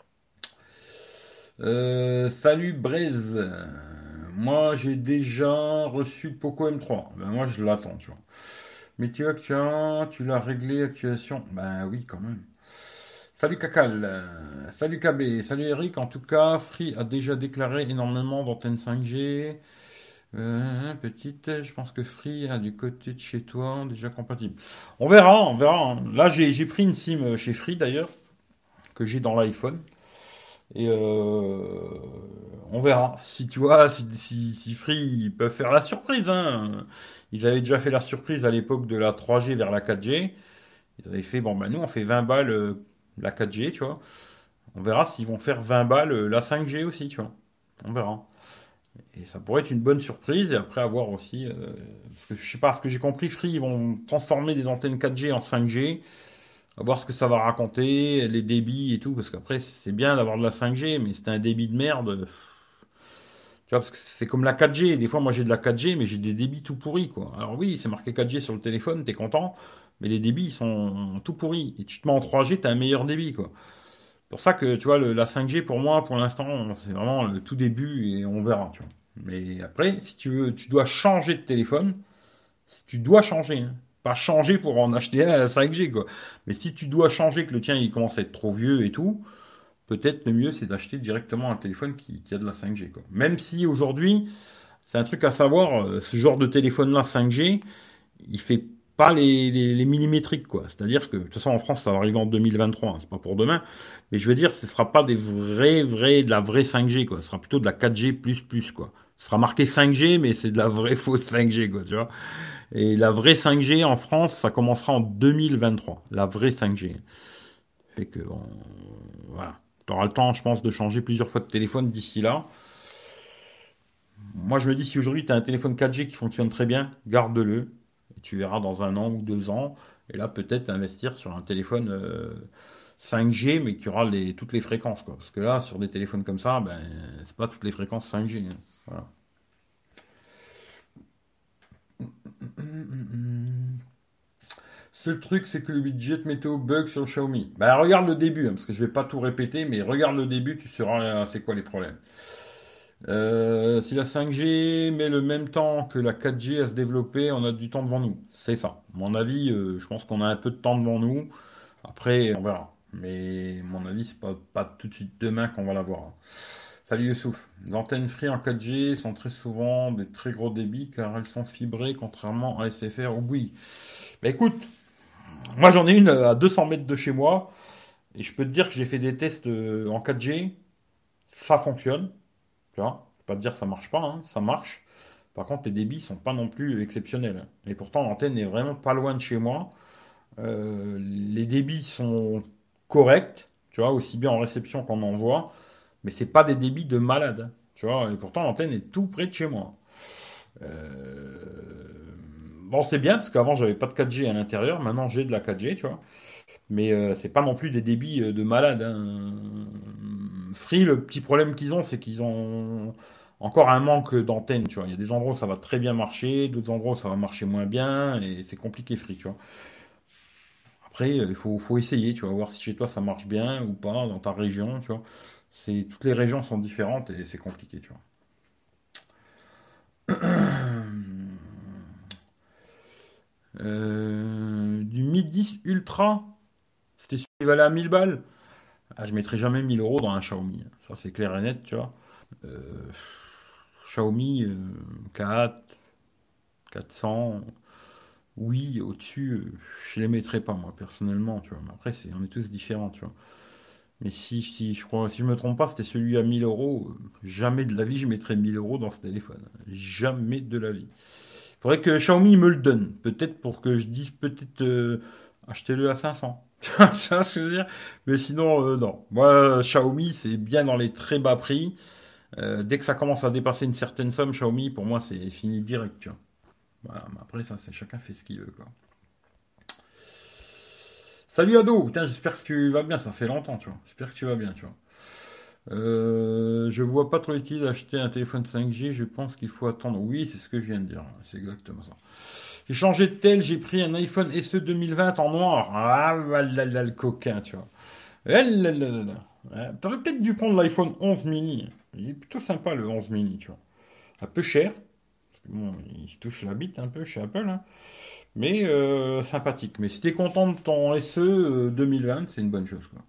Euh, salut Braise. Euh, Moi, j'ai déjà reçu le Poco M trois. Ben, moi, je l'attends, tu vois. Mais tu vois que tu as, tu l'as réglé, actualisation. Ben oui, quand même. Salut Cacal, euh, salut K B, salut Eric. En tout cas, Free a déjà déclaré énormément d'antennes cinq G. Euh, petite, je pense que Free a du côté de chez toi déjà compatible. On verra, on verra, hein. Là, j'ai j'ai pris une SIM chez Free d'ailleurs, que j'ai dans l'iPhone. Et euh, on verra. Si tu vois, si, si, si Free ils peuvent faire la surprise, hein. Ils avaient déjà fait la surprise à l'époque de la trois G vers la quatre G. Ils avaient fait, bon, ben nous, on fait vingt balles euh, la quatre G, tu vois. On verra s'ils vont faire vingt balles euh, la cinq G aussi, tu vois. On verra. Et ça pourrait être une bonne surprise. Et après avoir aussi, euh, parce que je sais pas, ce que j'ai compris, Free, ils vont transformer des antennes quatre G en cinq G. À voir ce que ça va raconter, les débits et tout. Parce qu'après, c'est bien d'avoir de la cinq G, mais c'est un débit de merde. Tu vois, parce que c'est comme la quatre G. Des fois, moi, j'ai de la quatre G, mais j'ai des débits tout pourris, quoi. Alors oui, c'est marqué quatre G sur le téléphone, t'es content. Mais les débits, ils sont tout pourris. Et tu te mets en trois G, t'as un meilleur débit, quoi. C'est pour ça que, tu vois, le- la cinq G, pour moi, pour l'instant, c'est vraiment le tout début et on verra, tu vois. Mais après, si tu veux, tu dois changer de téléphone. Si tu dois changer, hein. Pas changer pour en acheter un à cinq G, quoi. Mais si tu dois changer, que le tien, il commence à être trop vieux et tout, peut-être le mieux, c'est d'acheter directement un téléphone qui, qui a de la cinq G, quoi. Même si aujourd'hui, c'est un truc à savoir, euh, ce genre de téléphone-là, cinq G, il fait pas les, les, les millimétriques, quoi. C'est-à-dire que, de toute façon, en France, ça va arriver en deux mille vingt-trois, hein, c'est pas pour demain. Mais je veux dire, ce sera pas des vrais, vrais, de la vraie cinq G, quoi. Ce sera plutôt de la quatre G plus, plus, quoi. Ce sera marqué cinq G, mais c'est de la vraie fausse cinq G, quoi, tu vois. Et la vraie cinq G en France, ça commencera en deux mille vingt-trois. La vraie cinq G. Fait que, on- voilà. Tu auras le temps, je pense, de changer plusieurs fois de téléphone d'ici là. Moi, je me dis, si aujourd'hui tu as un téléphone quatre G qui fonctionne très bien, garde-le. Et tu verras dans un an ou deux ans. Et là, peut-être investir sur un téléphone euh, cinq G, mais qui aura les, toutes les fréquences, quoi. Parce que là, sur des téléphones comme ça, ben, c'est pas toutes les fréquences cinq G, hein. Voilà. Seul truc, c'est que le widget météo bug sur le Xiaomi. Bah, regarde le début, hein, parce que je vais pas tout répéter, mais regarde le début, tu sauras euh, c'est quoi les problèmes. Euh, si la cinq G met le même temps que la quatre G à se développer, on a du temps devant nous. C'est ça. À mon avis, euh, je pense qu'on a un peu de temps devant nous. Après, on verra. Mais à mon avis, c'est pas, pas tout de suite demain qu'on va l'avoir. Salut Youssouf. Les antennes Free en quatre G sont très souvent des très gros débits car elles sont fibrées contrairement à S F R ou Bouygues. Bah écoute, moi j'en ai une à deux cents mètres de chez moi et je peux te dire que j'ai fait des tests euh, en quatre G. Ça fonctionne. Tu vois, je peux pas te dire que ça marche pas, hein, ça marche. Par contre, les débits sont pas non plus exceptionnels. Et pourtant, l'antenne est vraiment pas loin de chez moi. Euh, les débits sont corrects, tu vois, aussi bien en réception qu'en envoi, mais c'est pas des débits de malade, tu vois. Et pourtant, l'antenne est tout près de chez moi. Euh, Bon, c'est bien parce qu'avant j'avais pas de quatre G à l'intérieur, maintenant j'ai de la quatre G, tu vois. Mais euh, c'est pas non plus des débits euh, de malade, hein. Free, le petit problème qu'ils ont, c'est qu'ils ont encore un manque d'antenne, tu vois. Il y a des endroits où ça va très bien marcher, d'autres endroits où ça va marcher moins bien, et c'est compliqué Free, tu vois. Après, euh, il faut, faut essayer, tu vas voir si chez toi ça marche bien ou pas, dans ta région, tu vois. C'est, toutes les régions sont différentes et c'est compliqué, tu vois. Euh, du Mi dix Ultra, c'était celui qui valait à mille balles. Ah, je mettrai jamais mille euros dans un Xiaomi. Ça, c'est clair et net, tu vois. Euh, Xiaomi euh, quatre, quatre cents, oui, au-dessus, euh, je les mettrai pas, moi, personnellement, tu vois. Mais après, c'est, on est tous différents, tu vois. Mais si, si, je crois, si je me trompe pas, c'était celui à mille euros. euh, Jamais de la vie, je mettrais mille euros dans ce téléphone. Jamais de la vie. Il faudrait que Xiaomi me le donne. Peut-être pour que je dise, peut-être, euh, achetez-le à cinq cents. Tu vois ce que je veux dire? Mais sinon, euh, non. Moi, Xiaomi, c'est bien dans les très bas prix. Euh, dès que ça commence à dépasser une certaine somme, Xiaomi, pour moi, c'est fini direct, tu vois. Voilà, mais après, ça, c'est chacun fait ce qu'il veut, quoi. Salut Ado, putain, j'espère que tu vas bien, ça fait longtemps, tu vois. J'espère que tu vas bien, tu vois. Euh, je vois pas trop l'utilité d'acheter un téléphone cinq G, je pense qu'il faut attendre. Oui, c'est ce que je viens de dire, c'est exactement ça. J'ai changé de tel, j'ai pris un iPhone S E deux mille vingt en noir. Ah là là là, le coquin, tu vois. Eh là là là là. Ouais, t'aurais peut-être dû prendre l'iPhone onze mini. Il est plutôt sympa le onze mini, tu vois. Un peu cher. Bon, il se touche la bite un peu chez Apple, hein. Mais euh, sympathique. Mais si t'es content de ton S E euh, deux mille vingt, c'est une bonne chose, quoi.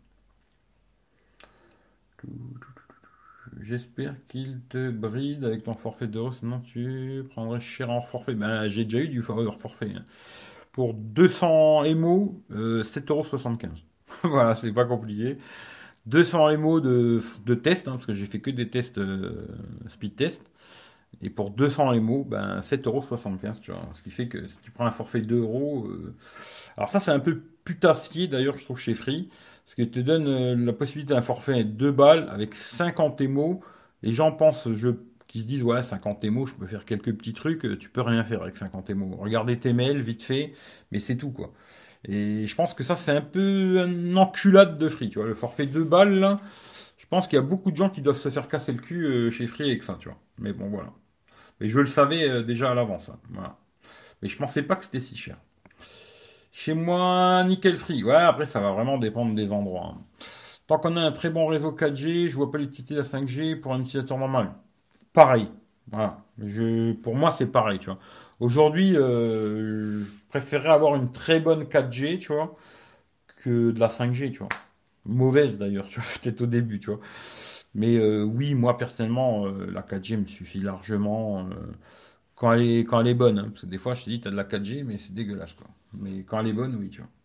J'espère qu'il te bride avec ton forfait d'euros, sinon tu prendrais cher en forfait. Ben, j'ai déjà eu du for- forfait, hein. Pour deux cents émos, euh, sept euros soixante-quinze. Voilà, c'est pas compliqué. deux cents émos de, de test, hein, parce que j'ai fait que des tests euh, speed test. Et pour deux cents émos, ben sept euros soixante-quinze, tu vois. Ce qui fait que si tu prends un forfait deux euros. euh, Alors ça, c'est un peu putassier d'ailleurs, je trouve, chez Free. Parce qu'il te donne euh, la possibilité d'un forfait deux balles avec cinquante émos. Les gens pensent, je, qui se disent, ouais, cinquante émos, je peux faire quelques petits trucs. euh, Tu peux rien faire avec cinquante émos. Regarder tes mails, vite fait, mais c'est tout, quoi. Et je pense que ça, c'est un peu un enculade de Free, tu vois. Le forfait deux balles, là, je pense qu'il y a beaucoup de gens qui doivent se faire casser le cul euh, chez Free avec ça, tu vois. Mais bon, voilà. Mais je le savais euh, déjà à l'avance, hein. Voilà. Mais je pensais pas que c'était si cher. Chez moi, nickel free. Ouais, après, ça va vraiment dépendre des endroits, hein. Tant qu'on a un très bon réseau quatre G, je vois pas l'utilité de la cinq G pour un utilisateur normal. Pareil. Voilà. Je, pour moi, c'est pareil, tu vois. Aujourd'hui, euh, je préférerais avoir une très bonne quatre G, tu vois, que de la cinq G, tu vois. Mauvaise d'ailleurs, tu vois, peut-être au début, tu vois. Mais euh, oui, moi personnellement, euh, la quatre G me suffit largement. euh, Quand elle est, quand elle est bonne, hein. Parce que des fois, je te dis, t'as de la quatre G, mais c'est dégueulasse, quoi. Mais quand elle est bonne, oui, tu vois.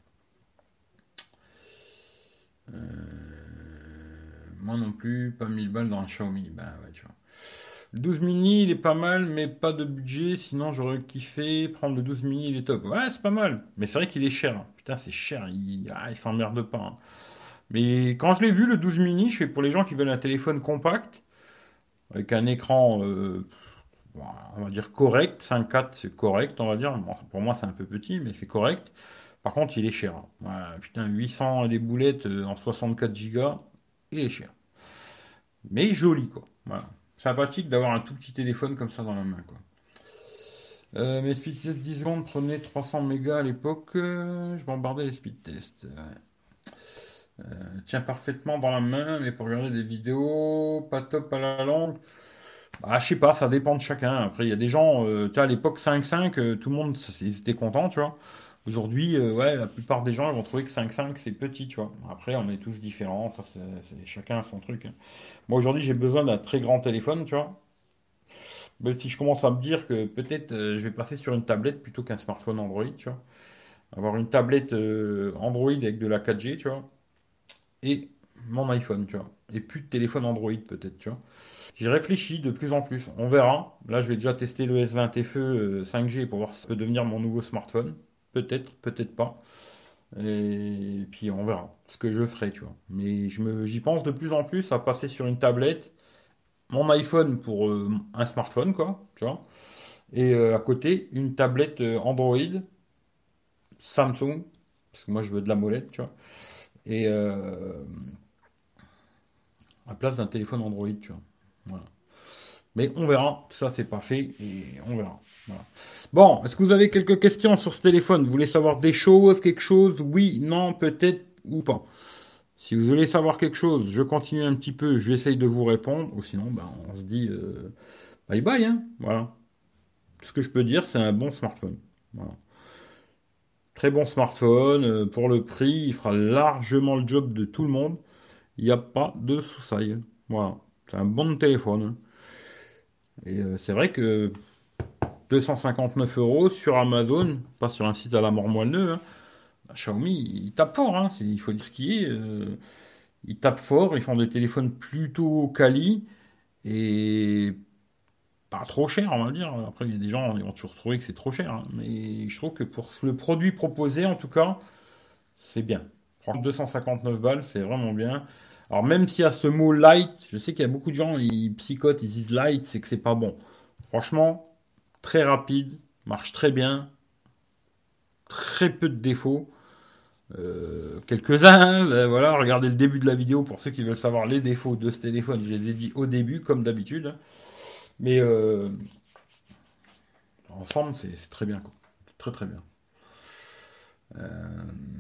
Moi non plus, pas mille balles dans un Xiaomi. Bah ouais, tu vois. Le douze mini, il est pas mal, mais pas de budget. Sinon, j'aurais kiffé prendre le douze mini, il est top. Ouais, c'est pas mal. Mais c'est vrai qu'il est cher, hein. Putain, c'est cher. Il, ah, il s'emmerde pas, hein. Mais quand je l'ai vu, le douze mini, je fais pour les gens qui veulent un téléphone compact, avec un écran, euh, bon, on va dire correct. cinq virgule quatre, c'est correct, on va dire. Bon, pour moi, c'est un peu petit, mais c'est correct. Par contre, il est cher, hein. Voilà, putain, huit cents et des boulettes euh, en soixante-quatre gigas, il est cher. Mais joli, quoi. Voilà. Sympathique d'avoir un tout petit téléphone comme ça dans la main, quoi. Euh, mes speed tests dix secondes prenaient trois cents mégas à l'époque. euh, je bombardais les speed tests. Ouais. Euh, tient parfaitement dans la main, mais pour regarder des vidéos, pas top à la longue. Bah, je sais pas, ça dépend de chacun. Après, il y a des gens, euh, tu vois, à l'époque cinq cinq, euh, tout le monde, ça, c'est- ils étaient contents, tu vois. Aujourd'hui, euh, ouais, la plupart des gens ils vont trouver que cinq cinq c'est petit, tu vois. Après, on est tous différents, ça, c'est, c'est- chacun a son truc, hein. Moi, aujourd'hui, j'ai besoin d'un très grand téléphone, tu vois. Même si je commence à me dire que peut-être euh, je vais passer sur une tablette plutôt qu'un smartphone Android, tu vois. Avoir une tablette euh, Android avec de la quatre G, tu vois. Et mon iPhone, tu vois. Et plus de téléphone Android, peut-être, tu vois. J'y réfléchis de plus en plus. On verra. Là, je vais déjà tester le S vingt F E euh, cinq G pour voir si ça peut devenir mon nouveau smartphone. Peut-être, peut-être pas. Et puis on verra ce que je ferai, tu vois. Mais je me, j'y pense de plus en plus à passer sur une tablette, mon iPhone pour euh, un smartphone, quoi, tu vois. Et euh, à côté, une tablette euh, Android, Samsung, parce que moi je veux de la molette, tu vois. Et euh, à place d'un téléphone Android, tu vois. Voilà. Mais on verra, tout ça c'est pas fait et on verra. Voilà. Bon, est-ce que vous avez quelques questions sur ce téléphone? Vous voulez savoir des choses, quelque chose? Oui, non, peut-être ou pas. Si vous voulez savoir quelque chose, je continue un petit peu, j'essaye de vous répondre, ou sinon, ben, on se dit euh, bye bye, hein. Voilà. Tout ce que je peux dire, c'est un bon smartphone. Voilà. Très bon smartphone, euh, pour le prix, il fera largement le job de tout le monde. Il n'y a pas de sous-saille. Voilà. C'est un bon téléphone, hein. Et euh, c'est vrai que deux cent cinquante-neuf euros sur Amazon, pas sur un site à la mort moelleux, hein, bah, Xiaomi, ils tapent fort, hein, c'est- il faut dire ce qui est. euh, ils tapent fort, ils font des téléphones plutôt quali et pas trop cher, on va dire. Après, il y a des gens, ils vont toujours trouver que c'est trop cher, hein, mais je trouve que pour le produit proposé, en tout cas, c'est bien. Franchement, deux cent cinquante-neuf balles, c'est vraiment bien. Alors, même s'il y a ce mot light, je sais qu'il y a beaucoup de gens, ils psychotent, ils disent light, c'est que c'est pas bon. Franchement, très rapide, marche très bien, très peu de défauts. Euh, quelques-uns, hein, ben voilà, regardez le début de la vidéo pour ceux qui veulent savoir les défauts de ce téléphone. Je les ai dit au début, comme d'habitude. Mais euh, ensemble, c'est c'est très bien, quoi. Très très bien. Euh,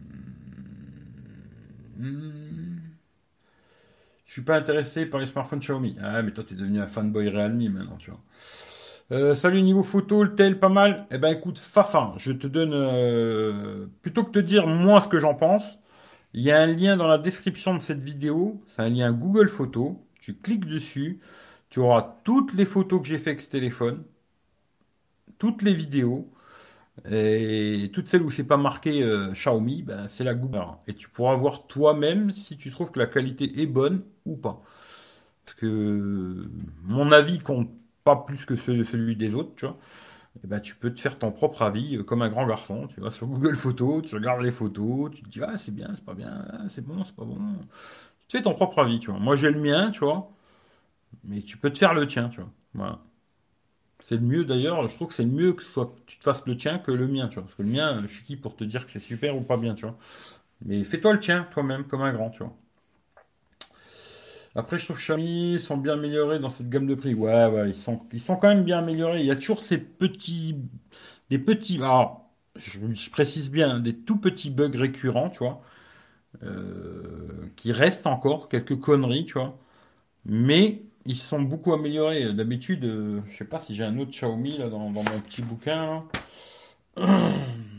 hmm, Je suis pas intéressé par les smartphones Xiaomi. Ah, mais toi, t'es devenu un fanboy Realme maintenant, tu vois. Euh, salut, niveau photo, le tel, pas mal. Eh ben, écoute, Fafin, je te donne, euh, plutôt que de te dire moi ce que j'en pense, il y a un lien dans la description de cette vidéo. C'est un lien Google Photos. Tu cliques dessus. Tu auras toutes les photos que j'ai fait avec ce téléphone, toutes les vidéos. Et toutes celles où c'est pas marqué euh, Xiaomi, ben, c'est la Google. Et tu pourras voir toi-même si tu trouves que la qualité est bonne ou pas. Parce que mon avis compte pas plus que ce- celui des autres, tu vois. Et ben, tu peux te faire ton propre avis euh, comme un grand garçon. Tu vas sur Google Photos, tu regardes les photos, tu te dis, ah, c'est bien, c'est pas bien, ah, c'est bon, c'est pas bon. Tu te fais ton propre avis, tu vois. Moi, j'ai le mien, tu vois. Mais tu peux te faire le tien, tu vois. Voilà. C'est le mieux d'ailleurs, je trouve que c'est mieux que, ce soit, que tu te fasses le tien que le mien, tu vois. Parce que le mien, je suis qui pour te dire que c'est super ou pas bien, tu vois. Mais fais-toi le tien, toi-même, comme un grand, tu vois. Après, je trouve que Xiaomi sont bien améliorés dans cette gamme de prix. Ouais, ouais, ils sont, ils sont quand même bien améliorés. Il y a toujours ces petits, des petits, alors, je, je précise bien, hein, des tout petits bugs récurrents, tu vois, euh, qui restent encore, quelques conneries, tu vois. Mais ils sont beaucoup améliorés. D'habitude, euh, je sais pas si j'ai un autre Xiaomi là dans, dans mon petit bouquin, là.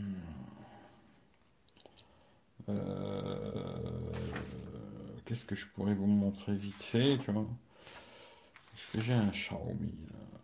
Euh, Qu'est-ce que je pourrais vous montrer vite fait, tu vois? Est-ce que j'ai un Xiaomi là?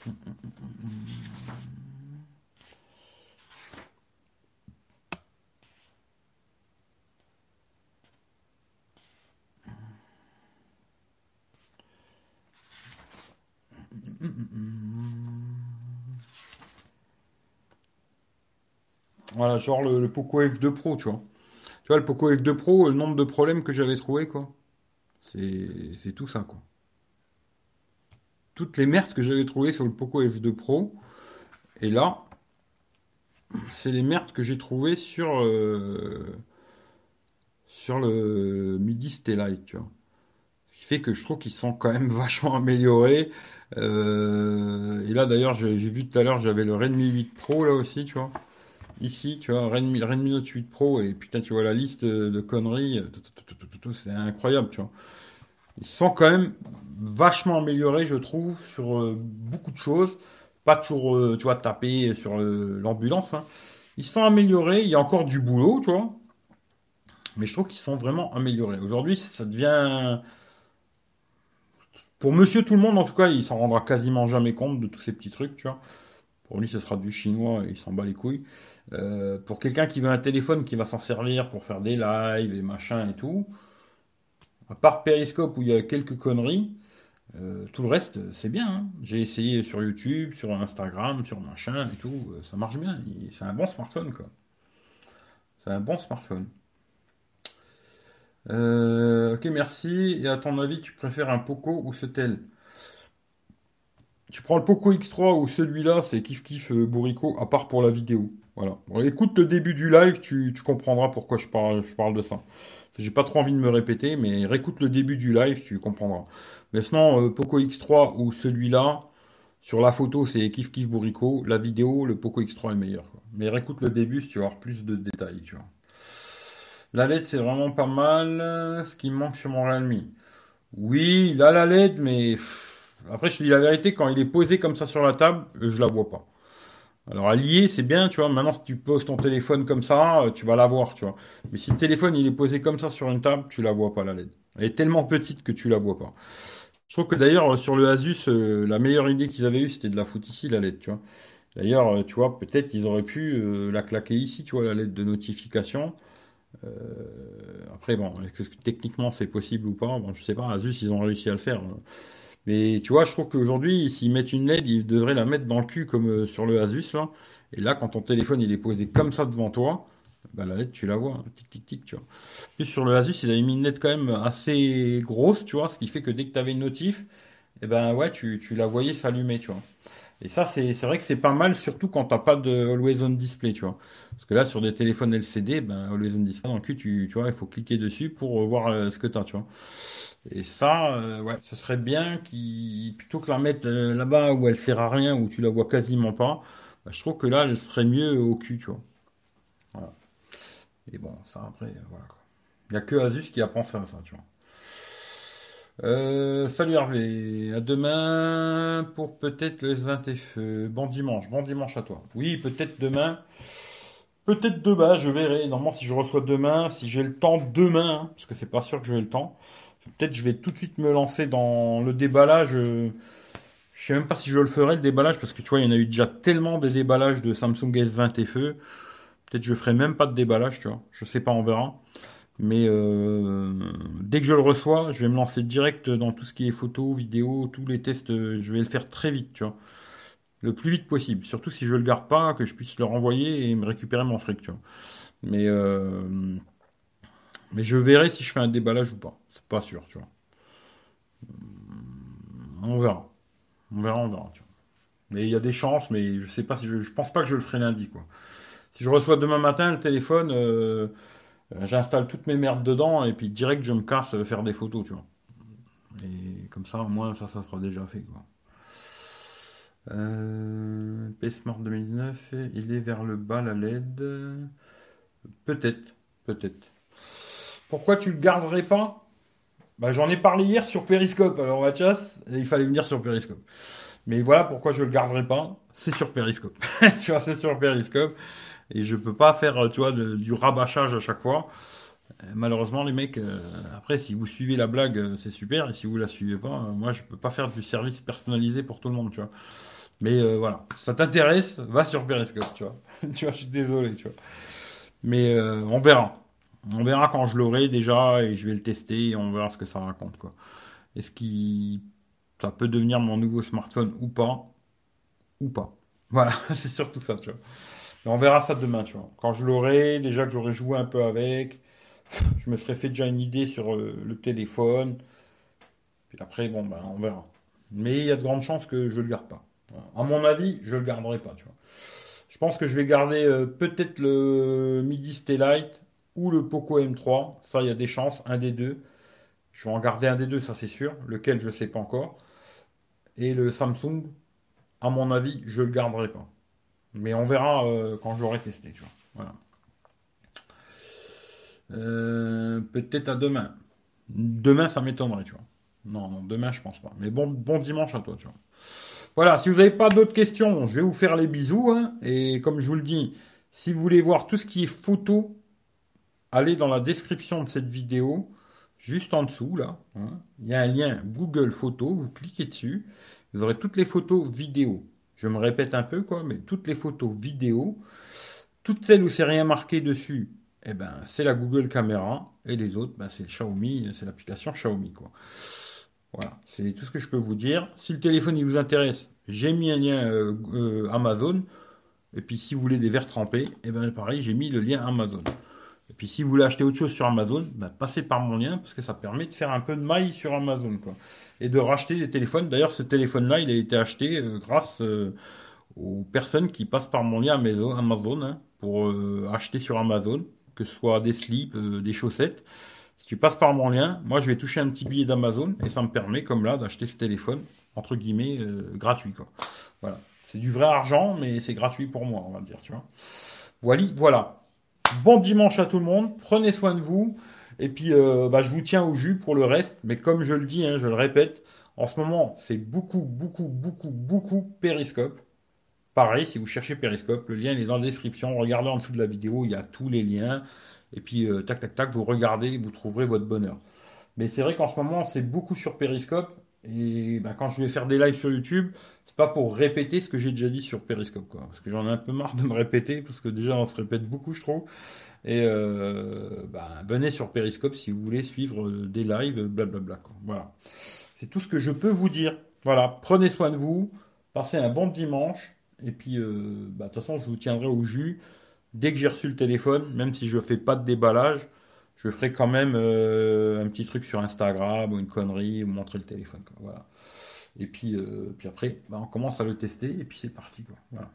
Voilà, genre le, le Poco F deux Pro, tu vois. Tu vois, le Poco F deux Pro, le nombre de problèmes que j'avais trouvé, quoi. C'est c'est tout ça, quoi. Toutes les merdes que j'avais trouvées sur le Poco F deux Pro, et là, c'est les merdes que j'ai trouvées sur, euh, sur le Midi Stay Lite, tu vois. fait que je trouve qu'ils sont quand même vachement améliorés. Euh, et là, d'ailleurs, j'ai j'ai vu tout à l'heure, j'avais le Redmi huit Pro là aussi, tu vois. Ici, tu vois, Redmi, Redmi Note huit Pro, et putain, tu vois la liste de conneries, tout, tout, tout, tout, tout, tout, c'est incroyable, tu vois. Ils sont quand même vachement améliorés, je trouve, sur euh, beaucoup de choses. Pas toujours, euh, tu vois, taper sur le- l'ambulance, hein. Ils sont améliorés, il y a encore du boulot, tu vois, mais je trouve qu'ils sont vraiment améliorés. Aujourd'hui, ça devient... Pour monsieur tout le monde, en tout cas, il s'en rendra quasiment jamais compte de tous ces petits trucs, tu vois. Pour lui, ce sera du chinois et il s'en bat les couilles. Euh, pour quelqu'un qui veut un téléphone qui va s'en servir pour faire des lives et machin et tout, à part Periscope où il y a quelques conneries, euh, tout le reste, c'est bien, hein. J'ai essayé sur YouTube, sur Instagram, sur machin et tout, euh, ça marche bien. Il- C'est un bon smartphone, quoi. C'est un bon smartphone. Euh, ok, merci. Et à ton avis, tu préfères un Poco ou ce tel? Tu prends le Poco X trois ou celui-là, c'est kiff kiff euh, bourricot, à part pour la vidéo. Voilà. Bon, écoute le début du live, tu, tu comprendras pourquoi je parle, je parle de ça. J'ai pas trop envie de me répéter, mais réécoute le début du live, tu comprendras. Mais sinon, euh, Poco X trois ou celui-là, sur la photo, c'est kiff kiff bourricot. La vidéo, le Poco X trois est meilleur, quoi. Mais réécoute le début si tu vas avoir plus de détails, tu vois. La L E D, c'est vraiment pas mal. euh, Ce qui me manque sur mon Realme. Oui, il a la L E D, mais pff, après, je te dis la vérité, quand il est posé comme ça sur la table, euh, je la vois pas. Alors, à lier, c'est bien, tu vois. Maintenant, si tu poses ton téléphone comme ça, euh, tu vas la voir, tu vois. Mais si le téléphone, il est posé comme ça sur une table, tu la vois pas, la L E D. Elle est tellement petite que tu la vois pas. Je trouve que d'ailleurs, euh, sur le Asus, euh, la meilleure idée qu'ils avaient eue, c'était de la foutre ici, la L E D, tu vois. D'ailleurs, euh, tu vois, peut-être ils auraient pu euh, la claquer ici, tu vois, la L E D de notification. Euh, après, bon, est-ce que techniquement c'est possible ou pas? Bon, je sais pas, Asus, ils ont réussi à le faire. Mais tu vois, je trouve qu'aujourd'hui, s'ils mettent une L E D, ils devraient la mettre dans le cul comme euh, sur le Asus, là. Et là, quand ton téléphone il est posé comme ça devant toi, bah, la L E D, tu la vois, hein, tic tic tic, tu vois. Puis sur le Asus, ils avaient mis une L E D quand même assez grosse, tu vois, ce qui fait que dès que tu avais une notif, et ben ouais, tu, tu la voyais s'allumer, tu vois. Et ça, c'est c'est vrai que c'est pas mal, surtout quand t'as pas de Always On Display, tu vois. Parce que là, sur des téléphones L C D, ben, Always On Display, dans le cul, tu, tu vois, il faut cliquer dessus pour euh, voir euh, ce que t'as, tu vois. Et ça, euh, ouais, ça serait bien qui plutôt que la mettre euh, là-bas où elle sert à rien, où tu la vois quasiment pas, bah, je trouve que là, elle serait mieux au cul, tu vois. Voilà. Et bon, ça après, euh, voilà, quoi. Il n'y a que Asus qui a pensé à ça, tu vois. Euh, salut Hervé, à demain pour peut-être le S vingt F. E. Bon dimanche, bon dimanche à toi. Oui, peut-être demain, peut-être demain, je verrai. Normalement, si je reçois demain, si j'ai le temps demain, hein, parce que c'est pas sûr que j'ai le temps, peut-être je vais tout de suite me lancer dans le déballage. euh, Je sais même pas si je le ferai le déballage, parce que tu vois, il y en a eu déjà tellement de déballages de Samsung S vingt F E. Peut-être je ferai même pas de déballage, tu vois. Je sais pas, on verra. Mais euh, dès que je le reçois, je vais me lancer direct dans tout ce qui est photo, vidéo, tous les tests. euh, Je vais le faire très vite, tu vois. Le plus vite possible. Surtout si je le garde pas, que je puisse le renvoyer et me récupérer mon fric, tu vois. Mais, euh, mais je verrai si je fais un déballage ou pas. C'est pas sûr, tu vois. On verra. On verra, on verra, tu vois. Mais il y a des chances, mais je sais pas si je, je pense pas que je le ferai lundi, quoi. Si je reçois demain matin le téléphone, euh, euh, j'installe toutes mes merdes dedans et puis direct je me casse euh, faire des photos, tu vois. Et comme ça, au moins, ça, ça sera déjà fait, quoi. Euh, P Smart deux mille dix-neuf, il est vers le bas, la L E D. Peut-être, peut-être. Pourquoi tu le garderais pas? Bah, j'en ai parlé hier sur Periscope, alors Mathias, et il fallait venir sur Periscope. Mais voilà pourquoi je le garderai pas, c'est sur Periscope. Tu vois, c'est sur Periscope, et je peux pas faire, tu vois, de- du rabâchage à chaque fois. Euh, Malheureusement, les mecs, euh, après, si vous suivez la blague, euh, c'est super, et si vous la suivez pas, euh, moi, je peux pas faire du service personnalisé pour tout le monde, tu vois. Mais euh, voilà, ça t'intéresse, va sur Periscope, tu vois. Tu vois, je suis désolé, tu vois. Mais euh, on verra. On verra quand je l'aurai déjà, et je vais le tester, et on verra ce que ça raconte, quoi. Est-ce qu'il ça peut devenir mon nouveau smartphone ou pas, ou pas. Voilà, c'est surtout ça, tu vois. Mais on verra ça demain, tu vois. Quand je l'aurai, déjà que j'aurai joué un peu avec, je me serais fait déjà une idée sur euh, le téléphone. Puis après, bon, ben, on verra. Mais il y a de grandes chances que je le garde pas. Voilà. À mon avis, je le garderai pas, tu vois. Je pense que je vais garder euh, peut-être le Midi Stay Lite ou le Poco M trois. Ça, il y a des chances, un des deux. Je vais en garder un des deux, ça c'est sûr. Lequel, je sais pas encore. Et le Samsung, à mon avis, je le garderai pas. Mais on verra euh, quand je l'aurai testé, tu vois. Voilà. Euh, peut-être à demain. Demain, ça m'étonnerait, tu vois. Non, non, demain, je pense pas. Mais bon, bon dimanche à toi, tu vois. Voilà, si vous n'avez pas d'autres questions, je vais vous faire les bisous, hein. Et comme je vous le dis, si vous voulez voir tout ce qui est photo, allez dans la description de cette vidéo, juste en dessous, là, hein. Il y a un lien Google Photos, vous cliquez dessus, vous aurez toutes les photos vidéo. Je me répète un peu, quoi, mais toutes les photos vidéo, toutes celles où c'est rien marqué dessus, eh ben, c'est la Google Caméra, et les autres, ben, c'est le Xiaomi, c'est l'application Xiaomi, quoi. Voilà, c'est tout ce que je peux vous dire. Si le téléphone il vous intéresse, j'ai mis un lien euh, euh, Amazon. Et puis si vous voulez des verres trempés, et ben pareil, j'ai mis le lien Amazon. Et puis si vous voulez acheter autre chose sur Amazon, ben, passez par mon lien parce que ça permet de faire un peu de maille sur Amazon, quoi. Et de racheter des téléphones. D'ailleurs, ce téléphone-là, il a été acheté euh, grâce euh, aux personnes qui passent par mon lien Amazon, Amazon, hein, pour euh, acheter sur Amazon, que ce soit des slips, euh, des chaussettes. Si tu passes par mon lien, moi je vais toucher un petit billet d'Amazon et ça me permet, comme là, d'acheter ce téléphone, entre guillemets, euh, gratuit, quoi. Voilà. C'est du vrai argent, mais c'est gratuit pour moi, on va dire, tu vois. Voilà, voilà. Bon dimanche à tout le monde, prenez soin de vous, et puis euh, bah, je vous tiens au jus pour le reste, mais comme je le dis, hein, je le répète, en ce moment, c'est beaucoup, beaucoup, beaucoup, beaucoup Périscope. Pareil, si vous cherchez Periscope, le lien il est dans la description. Regardez en dessous de la vidéo, il y a tous les liens. Et puis, euh, tac, tac, tac, vous regardez, vous trouverez votre bonheur. Mais c'est vrai qu'en ce moment, c'est beaucoup sur Periscope. Et ben, quand je vais faire des lives sur YouTube, c'est pas pour répéter ce que j'ai déjà dit sur Periscope, quoi. Parce que j'en ai un peu marre de me répéter, parce que déjà on se répète beaucoup, je trouve. Et euh, ben, venez sur Periscope si vous voulez suivre euh, des lives, blablabla, quoi. Voilà. C'est tout ce que je peux vous dire. Voilà, prenez soin de vous, passez un bon dimanche. Et puis, euh, bah, de toute façon, je vous tiendrai au jus. Dès que j'ai reçu le téléphone, même si je ne fais pas de déballage, je ferai quand même euh, un petit truc sur Instagram ou une connerie, ou montrer le téléphone, quoi. Voilà. Et puis, euh, puis après, bah, on commence à le tester et puis c'est parti, quoi. Voilà.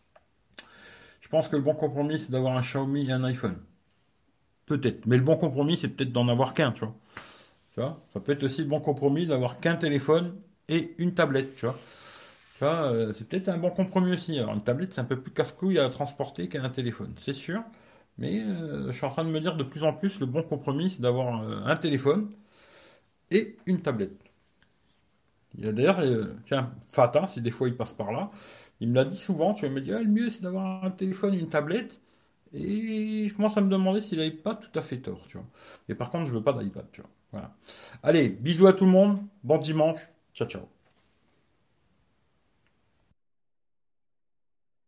Je pense que le bon compromis, c'est d'avoir un Xiaomi et un iPhone. Peut-être. Mais le bon compromis, c'est peut-être d'en avoir qu'un, tu vois. Tu vois. Ça peut être aussi le bon compromis d'avoir qu'un téléphone et une tablette, tu vois. Tu vois, euh, c'est peut-être un bon compromis aussi. Alors, une tablette, c'est un peu plus casse-couille à transporter qu'un téléphone, c'est sûr. Mais euh, je suis en train de me dire de plus en plus, le bon compromis, c'est d'avoir euh, un téléphone et une tablette. Il y a d'ailleurs, euh, tiens, Fata, si des fois il passe par là, il me l'a dit souvent, tu vois, il me dit, ah, le mieux, c'est d'avoir un téléphone et une tablette. Et je commence à me demander s'il n'avait pas tout à fait tort, tu vois. Mais par contre, je veux pas d'iPad, tu vois. Voilà. Allez, bisous à tout le monde, bon dimanche, ciao ciao.